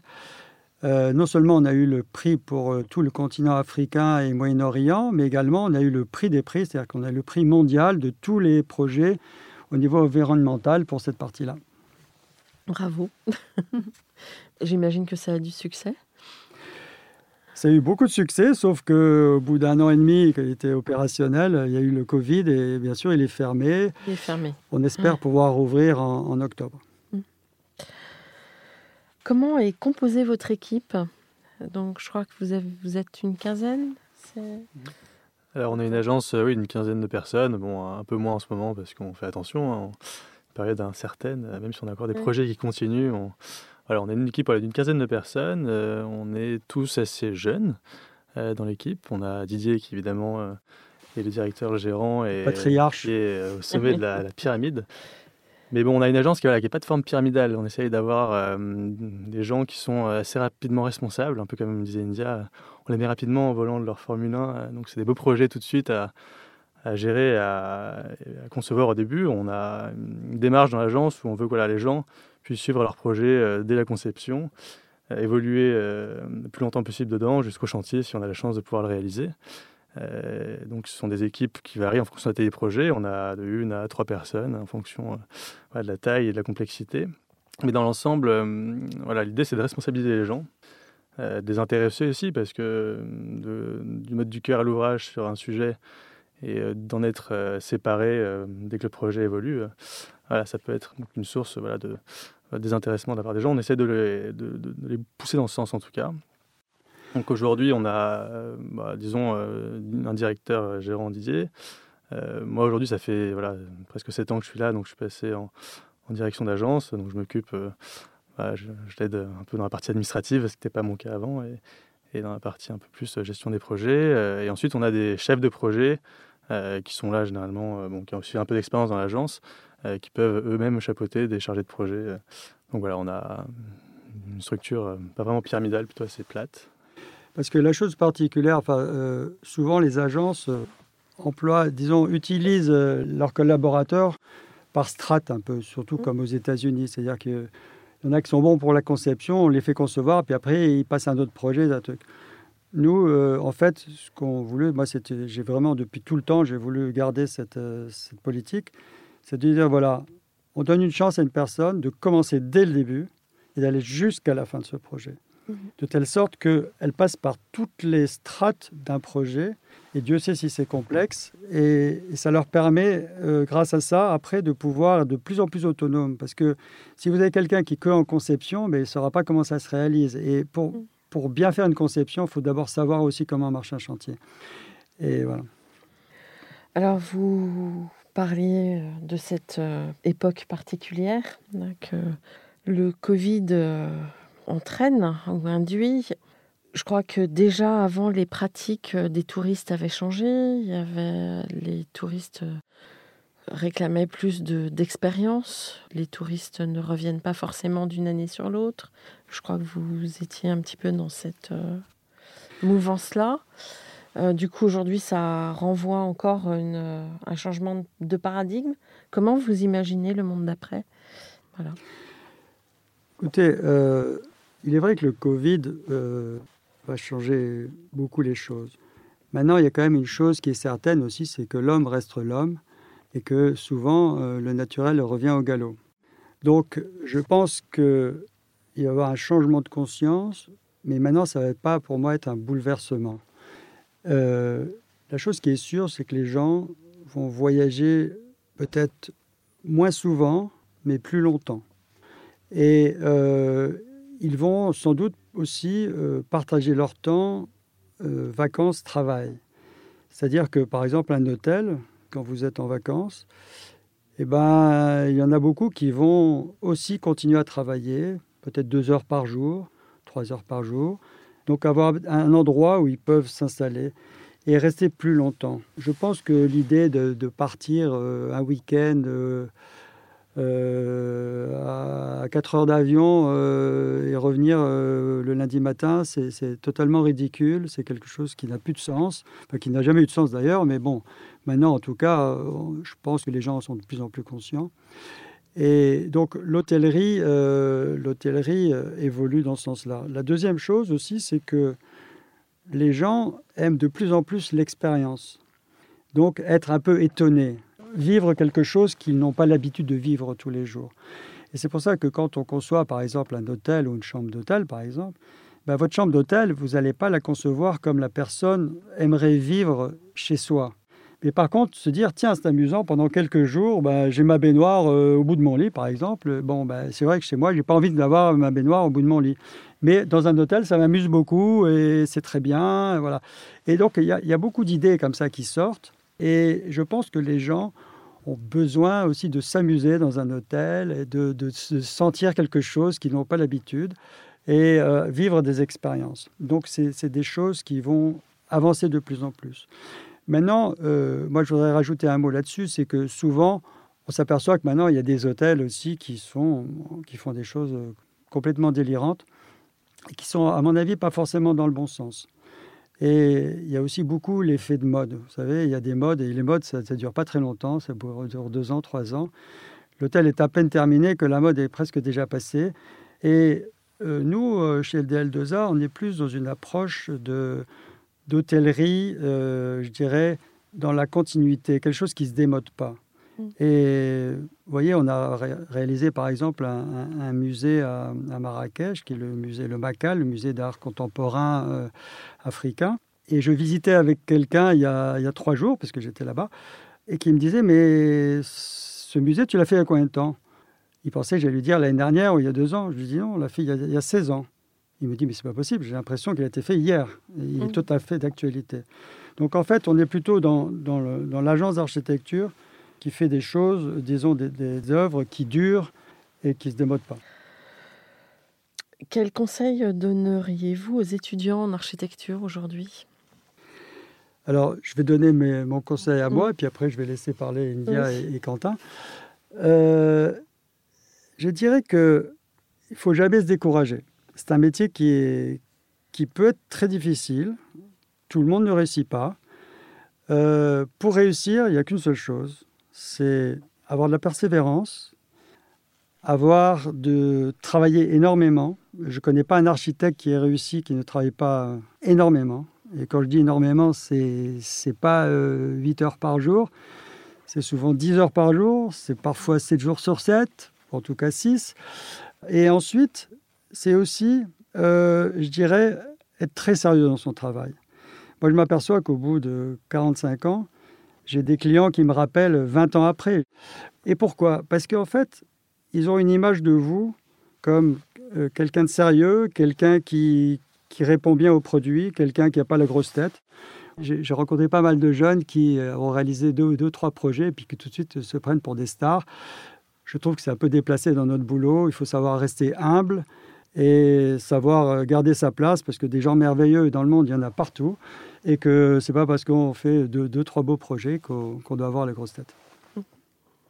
Euh, non seulement on a eu le prix pour euh, tout le continent africain et Moyen-Orient, mais également on a eu le prix des prix, c'est-à-dire qu'on a le prix mondial de tous les projets au niveau environnemental pour cette partie-là. Bravo. J'imagine que ça a du succès. Ça a eu beaucoup de succès, sauf qu'au bout d'un an et demi qu'il était opérationnel, il y a eu le Covid et bien sûr, il est fermé. Il est fermé. On espère Ouais. pouvoir rouvrir en, en octobre. Comment est composée votre équipe? Donc, je crois que vous, avez, vous êtes une quinzaine. C'est... Alors, on a une agence, euh, oui, une quinzaine de personnes. Bon, un peu moins en ce moment parce qu'on fait attention, hein, en période incertaine, euh, même si on a encore des Ouais. projets qui continuent. On, voilà, on est une équipe voilà, d'une quinzaine de personnes. Euh, on est tous assez jeunes euh, dans l'équipe. On a Didier qui, évidemment, euh, est le directeur, le gérant et Patriarche. qui est euh, au sommet de la, la pyramide. Mais bon, on a une agence qui n'a voilà, pas de forme pyramidale. On essaye d'avoir euh, des gens qui sont assez rapidement responsables, un peu comme disait India. On les met rapidement au volant de leur Formule un. euh, Donc, c'est des beaux projets tout de suite à, à gérer, à, à concevoir au début. On a une démarche dans l'agence où on veut que voilà, les gens puissent suivre leur projet euh, dès la conception, euh, évoluer euh, le plus longtemps possible dedans jusqu'au chantier si on a la chance de pouvoir le réaliser. Euh, donc, ce sont des équipes qui varient en fonction des projets. On a de une à trois personnes en fonction euh, voilà, de la taille et de la complexité. Mais dans l'ensemble, euh, voilà, l'idée, c'est de responsabiliser les gens, euh, de les intéresser aussi, parce que de, du mode du cœur à l'ouvrage sur un sujet et euh, d'en être euh, séparé euh, dès que le projet évolue, euh, voilà, ça peut être une source voilà, de, de désintéressement de la part des gens. On essaie de les, de, de, de les pousser dans ce sens, en tout cas. Donc aujourd'hui, on a, euh, bah, disons, euh, un directeur euh, gérant Didier. Euh, moi, aujourd'hui, ça fait voilà, presque sept ans que je suis là, donc je suis passé en, en direction d'agence. Donc je m'occupe, euh, bah, je, je l'aide un peu dans la partie administrative, ce qui n'était pas mon cas avant, et, et dans la partie un peu plus euh, gestion des projets. Euh, et ensuite, on a des chefs de projet euh, qui sont là généralement, euh, bon, qui ont aussi un peu d'expérience dans l'agence, euh, qui peuvent eux-mêmes chapeauter des chargés de projet. Donc voilà, on a une structure euh, pas vraiment pyramidale, plutôt assez plate. Parce que la chose particulière, enfin, euh, souvent les agences euh, emploient, disons, utilisent euh, leurs collaborateurs par strate un peu, surtout comme aux États-Unis. C'est-à-dire qu'il y en a qui sont bons pour la conception, on les fait concevoir, puis après ils passent à un autre projet, un truc. Nous, euh, en fait, ce qu'on voulait, moi, c'était, j'ai vraiment depuis tout le temps, j'ai voulu garder cette, euh, cette politique, c'est de dire voilà, on donne une chance à une personne de commencer dès le début et d'aller jusqu'à la fin de ce projet. De telle sorte qu'elle passe par toutes les strates d'un projet, et Dieu sait si c'est complexe, et, et ça leur permet, euh, grâce à ça, après, de pouvoir être de plus en plus autonome. Parce que si vous avez quelqu'un qui est que en conception, mais il ne saura pas comment ça se réalise. Et pour, pour bien faire une conception, il faut d'abord savoir aussi comment marche un chantier. Et voilà. Alors, vous parliez de cette euh, époque particulière, là, que le Covid... Euh, entraîne ou induit. Je crois que déjà avant, les pratiques des touristes avaient changé. Il y avait, les touristes réclamaient plus de, d'expérience. Les touristes ne reviennent pas forcément d'une année sur l'autre. Je crois que vous étiez un petit peu dans cette euh, mouvance-là. Euh, du coup, aujourd'hui, ça renvoie encore une, un changement de paradigme. Comment vous imaginez le monde d'après? Voilà. Écoutez, euh, il est vrai que le Covid euh, va changer beaucoup les choses. Maintenant, il y a quand même une chose qui est certaine aussi, c'est que l'homme reste l'homme et que souvent, euh, le naturel revient au galop. Donc, je pense qu'il va y avoir un changement de conscience, mais maintenant, ça ne va pas pour moi être un bouleversement. Euh, la chose qui est sûre, c'est que les gens vont voyager peut-être moins souvent, mais plus longtemps. Et euh, ils vont sans doute aussi euh, partager leur temps euh, vacances-travail. C'est-à-dire que, par exemple, un hôtel, quand vous êtes en vacances, eh ben, il y en a beaucoup qui vont aussi continuer à travailler, peut-être deux heures par jour, trois heures par jour. Donc, avoir un endroit où ils peuvent s'installer et rester plus longtemps. Je pense que l'idée de, de partir euh, un week-end... Euh, Euh, à quatre heures d'avion euh, et revenir euh, le lundi matin, c'est, c'est totalement ridicule. C'est quelque chose qui n'a plus de sens, enfin, qui n'a jamais eu de sens d'ailleurs, mais bon, maintenant en tout cas, euh, je pense que les gens sont de plus en plus conscients. Et donc l'hôtellerie, euh, l'hôtellerie euh, évolue dans ce sens-là. La deuxième chose aussi, c'est que les gens aiment de plus en plus l'expérience. Donc être un peu étonnés. Vivre quelque chose qu'ils n'ont pas l'habitude de vivre tous les jours. Et c'est pour ça que quand on conçoit, par exemple, un hôtel ou une chambre d'hôtel, par exemple, ben, votre chambre d'hôtel, vous n'allez pas la concevoir comme la personne aimerait vivre chez soi. Mais par contre, se dire, tiens, c'est amusant, pendant quelques jours, ben, j'ai ma baignoire euh, au bout de mon lit, par exemple. Bon, ben, c'est vrai que chez moi, je n'ai pas envie d'avoir ma baignoire au bout de mon lit. Mais dans un hôtel, ça m'amuse beaucoup et c'est très bien. Voilà. Et donc, il y, y a beaucoup d'idées comme ça qui sortent. Et je pense que les gens ont besoin aussi de s'amuser dans un hôtel et de, de, de sentir quelque chose qu'ils n'ont pas l'habitude et euh, vivre des expériences. Donc, c'est, c'est des choses qui vont avancer de plus en plus. Maintenant, euh, moi, je voudrais rajouter un mot là-dessus, c'est que souvent, on s'aperçoit que maintenant, il y a des hôtels aussi qui, sont, qui font des choses complètement délirantes et qui sont, à mon avis, pas forcément dans le bon sens. Et il y a aussi beaucoup l'effet de mode. Vous savez, il y a des modes, et les modes, ça ne dure pas très longtemps, ça dure deux ans, trois ans. L'hôtel est à peine terminé que la mode est presque déjà passée. Et euh, nous, euh, chez L D L deux A, on est plus dans une approche de... d'hôtellerie, euh, je dirais, dans la continuité, quelque chose qui ne se démode pas. Mmh. Et vous voyez, on a ré- réalisé par exemple un, un, un musée à, à Marrakech, qui est le musée Le Macal, le musée d'art contemporain euh, africain. Et je visitais avec quelqu'un il y, a, il y a trois jours, parce que j'étais là-bas, et qui me disait, mais ce musée, tu l'as fait il y a combien de temps ? Il pensait que j'allais lui dire l'année dernière ou il y a deux ans. Je lui dis non, on l'a fait il y a, il y a seize ans. Il me dit, mais c'est pas possible, j'ai l'impression qu'il a été fait hier. Il est mmh. tout à fait d'actualité. Donc en fait, on est plutôt dans, dans, le, dans l'agence d'architecture qui fait des choses, disons, des, des œuvres qui durent et qui ne se démodent pas. Quel conseil donneriez-vous aux étudiants en architecture aujourd'hui ? Alors, je vais donner mes, mon conseil à moi, mmh. et puis après, je vais laisser parler India oui. et, et Quentin. Euh, je dirais qu'il ne faut jamais se décourager. C'est un métier qui, est, qui peut être très difficile. Tout le monde ne réussit pas. Euh, pour réussir, il n'y a qu'une seule chose, c'est avoir de la persévérance, avoir de travailler énormément. Je ne connais pas un architecte qui ait réussi, qui ne travaille pas énormément. Et quand je dis énormément, ce n'est pas euh, huit heures par jour, c'est souvent dix heures par jour, c'est parfois sept jours sur sept, en tout cas six. Et ensuite, c'est aussi, euh, je dirais, être très sérieux dans son travail. Moi, je m'aperçois qu'au bout de quarante-cinq ans, j'ai des clients qui me rappellent vingt ans après. Et pourquoi ? Parce qu'en fait, ils ont une image de vous comme euh, quelqu'un de sérieux, quelqu'un qui, qui répond bien aux produits, quelqu'un qui n'a pas la grosse tête. J'ai, j'ai rencontré pas mal de jeunes qui ont réalisé deux, deux, trois projets et puis qui tout de suite se prennent pour des stars. Je trouve que c'est un peu déplacé dans notre boulot. Il faut savoir rester humble et savoir garder sa place parce que des gens merveilleux dans le monde, il y en a partout. Et que ce n'est pas parce qu'on fait deux, deux, trois beaux projets qu'on, qu'on doit avoir la grosse tête. Quentin ?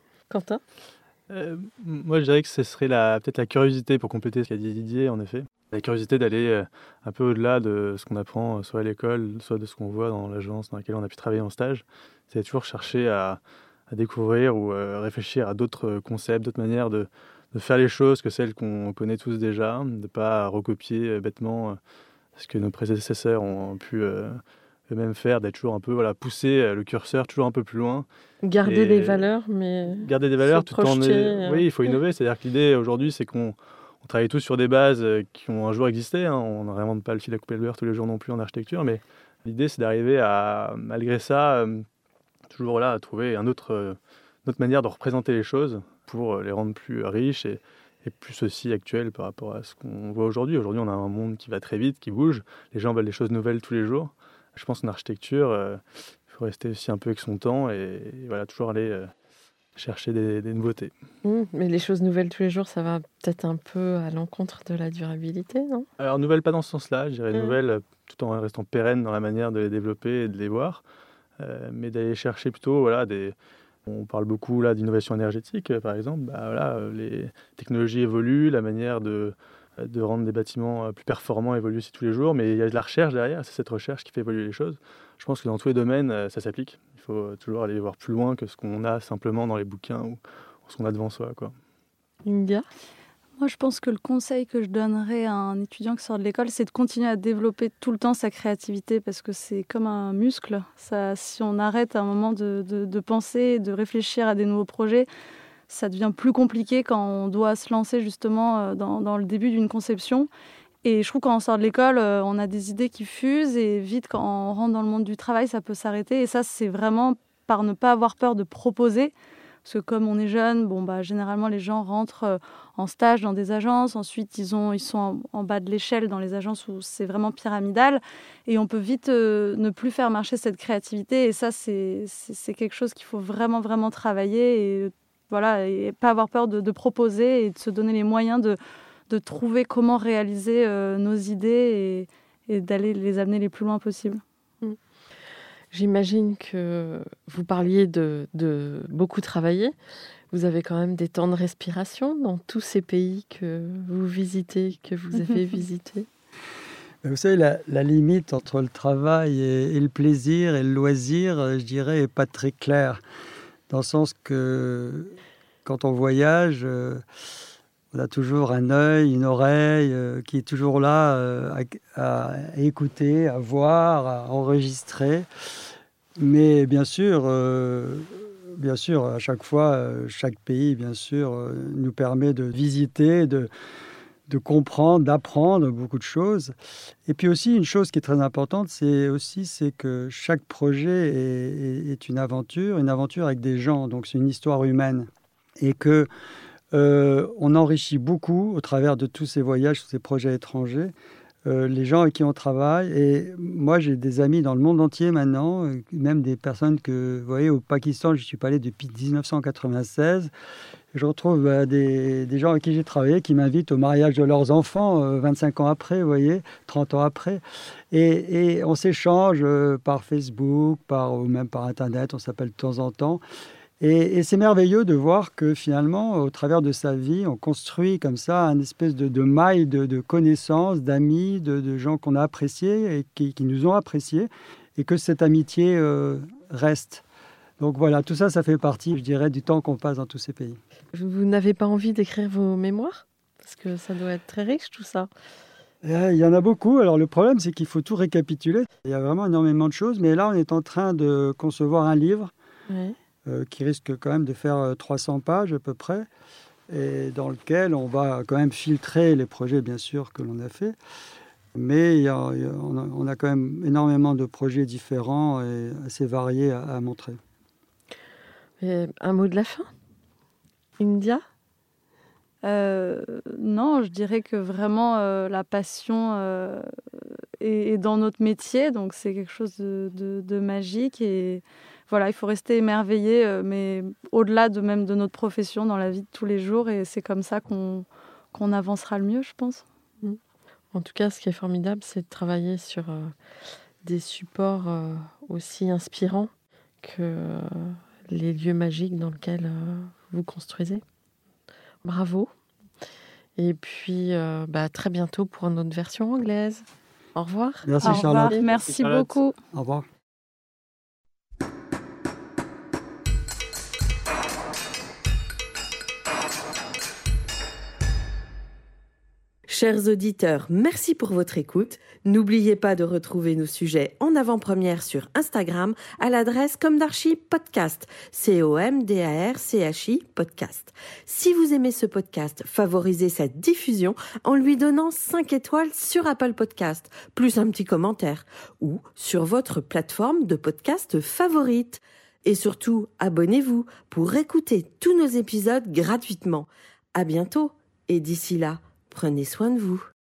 euh, Moi, je dirais que ce serait la, peut-être la curiosité pour compléter ce qu'a dit Didier, en effet. La curiosité d'aller euh, un peu au-delà de ce qu'on apprend, soit à l'école, soit de ce qu'on voit dans l'agence dans laquelle on a pu travailler en stage. C'est toujours chercher à, à découvrir ou euh, réfléchir à d'autres concepts, d'autres manières de, de faire les choses que celles qu'on connaît tous déjà, de ne pas recopier euh, bêtement euh, ce que nos prédécesseurs ont pu euh, eux-mêmes faire, d'être toujours un peu, voilà, pousser le curseur toujours un peu plus loin. Garder des valeurs, mais garder des valeurs tout en... Euh... Oui, il faut innover. C'est-à-dire que l'idée aujourd'hui, c'est qu'on on travaille tous sur des bases qui ont un jour existé. Hein. On n'invente pas le fil à couper le beurre tous les jours non plus en architecture, mais l'idée, c'est d'arriver à, malgré ça, euh, toujours là, à trouver un autre, euh, une autre manière de représenter les choses pour les rendre plus riches et, et plus aussi actuelles par rapport à ce qu'on voit aujourd'hui. Aujourd'hui, on a un monde qui va très vite, qui bouge. Les gens veulent des choses nouvelles tous les jours. Je pense qu'en architecture, euh, il faut rester aussi un peu avec son temps et, et voilà, toujours aller euh, chercher des, des nouveautés. Mmh, mais les choses nouvelles tous les jours, ça va peut-être un peu à l'encontre de la durabilité, non ? Alors, nouvelles, pas dans ce sens-là. Je dirais mmh. nouvelles tout en restant pérenne dans la manière de les développer et de les voir. Euh, mais d'aller chercher plutôt, voilà, des... On parle beaucoup là d'innovation énergétique, par exemple. Bah, voilà, les technologies évoluent, la manière de, de rendre des bâtiments plus performants évolue aussi tous les jours, mais il y a de la recherche derrière, c'est cette recherche qui fait évoluer les choses. Je pense que dans tous les domaines, ça s'applique. Il faut toujours aller voir plus loin que ce qu'on a simplement dans les bouquins ou ce qu'on a devant soi, quoi. India ? Moi, je pense que le conseil que je donnerais à un étudiant qui sort de l'école, c'est de continuer à développer tout le temps sa créativité parce que c'est comme un muscle. Ça, si on arrête à un moment de, de, de penser, de réfléchir à des nouveaux projets, ça devient plus compliqué quand on doit se lancer justement dans, dans le début d'une conception. Et je trouve quand on sort de l'école, euh, on a des idées qui fusent et vite, quand on rentre dans le monde du travail, ça peut s'arrêter. Et ça, c'est vraiment par ne pas avoir peur de proposer. Parce que comme on est jeune, bon, bah, généralement, les gens rentrent euh, en stage dans des agences. Ensuite, ils, ont, ils sont en, en bas de l'échelle dans les agences où c'est vraiment pyramidal. Et on peut vite euh, ne plus faire marcher cette créativité. Et ça, c'est, c'est, c'est quelque chose qu'il faut vraiment, vraiment travailler. Et, voilà, et pas avoir peur de, de proposer et de se donner les moyens de, de trouver comment réaliser euh, nos idées et, et d'aller les amener les plus loin possible. J'imagine que vous parliez de, de beaucoup travailler. Vous avez quand même des temps de respiration dans tous ces pays que vous visitez, que vous avez visités. Vous savez, la, la limite entre le travail et, et le plaisir et le loisir, je dirais, n'est pas très claire. Dans le sens que quand on voyage, euh, on a toujours un œil, une oreille euh, qui est toujours là euh, à, à écouter, à voir, à enregistrer. Mais bien sûr, euh, bien sûr, à chaque fois, euh, chaque pays, bien sûr, euh, nous permet de visiter, de, de comprendre, d'apprendre beaucoup de choses. Et puis aussi, une chose qui est très importante, c'est aussi c'est que chaque projet est, est, est une aventure, une aventure avec des gens. Donc, c'est une histoire humaine. Et que Euh, on enrichit beaucoup au travers de tous ces voyages, tous ces projets étrangers, euh, les gens avec qui on travaille. Et moi, j'ai des amis dans le monde entier maintenant, euh, même des personnes que, vous voyez, au Pakistan, je ne suis pas allé depuis dix-neuf cent quatre-vingt-seize. Et je retrouve bah, des, des gens avec qui j'ai travaillé qui m'invitent au mariage de leurs enfants euh, vingt-cinq ans après, vous voyez, trente ans après. Et, et on s'échange euh, par Facebook, par, ou même par Internet, on s'appelle de temps en temps. Et, et c'est merveilleux de voir que finalement, au travers de sa vie, on construit comme ça un espèce de, de maille de, de connaissances, d'amis, de, de gens qu'on a appréciés et qui, qui nous ont appréciés, et que cette amitié euh, reste. Donc voilà, tout ça, ça fait partie, je dirais, du temps qu'on passe dans tous ces pays. Vous n'avez pas envie d'écrire vos mémoires ? Parce que ça doit être très riche, tout ça. Il y en a beaucoup. Alors le problème, c'est qu'il faut tout récapituler. Il y a vraiment énormément de choses. Mais là, on est en train de concevoir un livre. Oui. Euh, qui risque quand même de faire trois cents pages à peu près, et dans lequel on va quand même filtrer les projets, bien sûr, que l'on a fait. Mais il y a, il y a, on, a, on a quand même énormément de projets différents et assez variés à, à montrer. Et un mot de la fin ? India ? euh, Non, je dirais que vraiment euh, la passion euh, est, est dans notre métier, donc c'est quelque chose de, de, de magique. Et voilà, il faut rester émerveillé, euh, mais au-delà de même de notre profession, dans la vie de tous les jours. Et c'est comme ça qu'on, qu'on avancera le mieux, je pense. En tout cas, ce qui est formidable, c'est de travailler sur euh, des supports euh, aussi inspirants que euh, les lieux magiques dans lesquels euh, vous construisez. Bravo. Et puis, euh, bah, très bientôt pour notre version anglaise. Au revoir. Merci, Au Charlotte. revoir. Merci Charlotte. beaucoup. Au revoir. Chers auditeurs, merci pour votre écoute. N'oubliez pas de retrouver nos sujets en avant-première sur Instagram à l'adresse Comme d'Archi Podcast, C O M D A R C H I Podcast. Si vous aimez ce podcast, favorisez sa diffusion en lui donnant cinq étoiles sur Apple Podcast, plus un petit commentaire, ou sur votre plateforme de podcast favorite. Et surtout, abonnez-vous pour écouter tous nos épisodes gratuitement. À bientôt, et d'ici là, prenez soin de vous.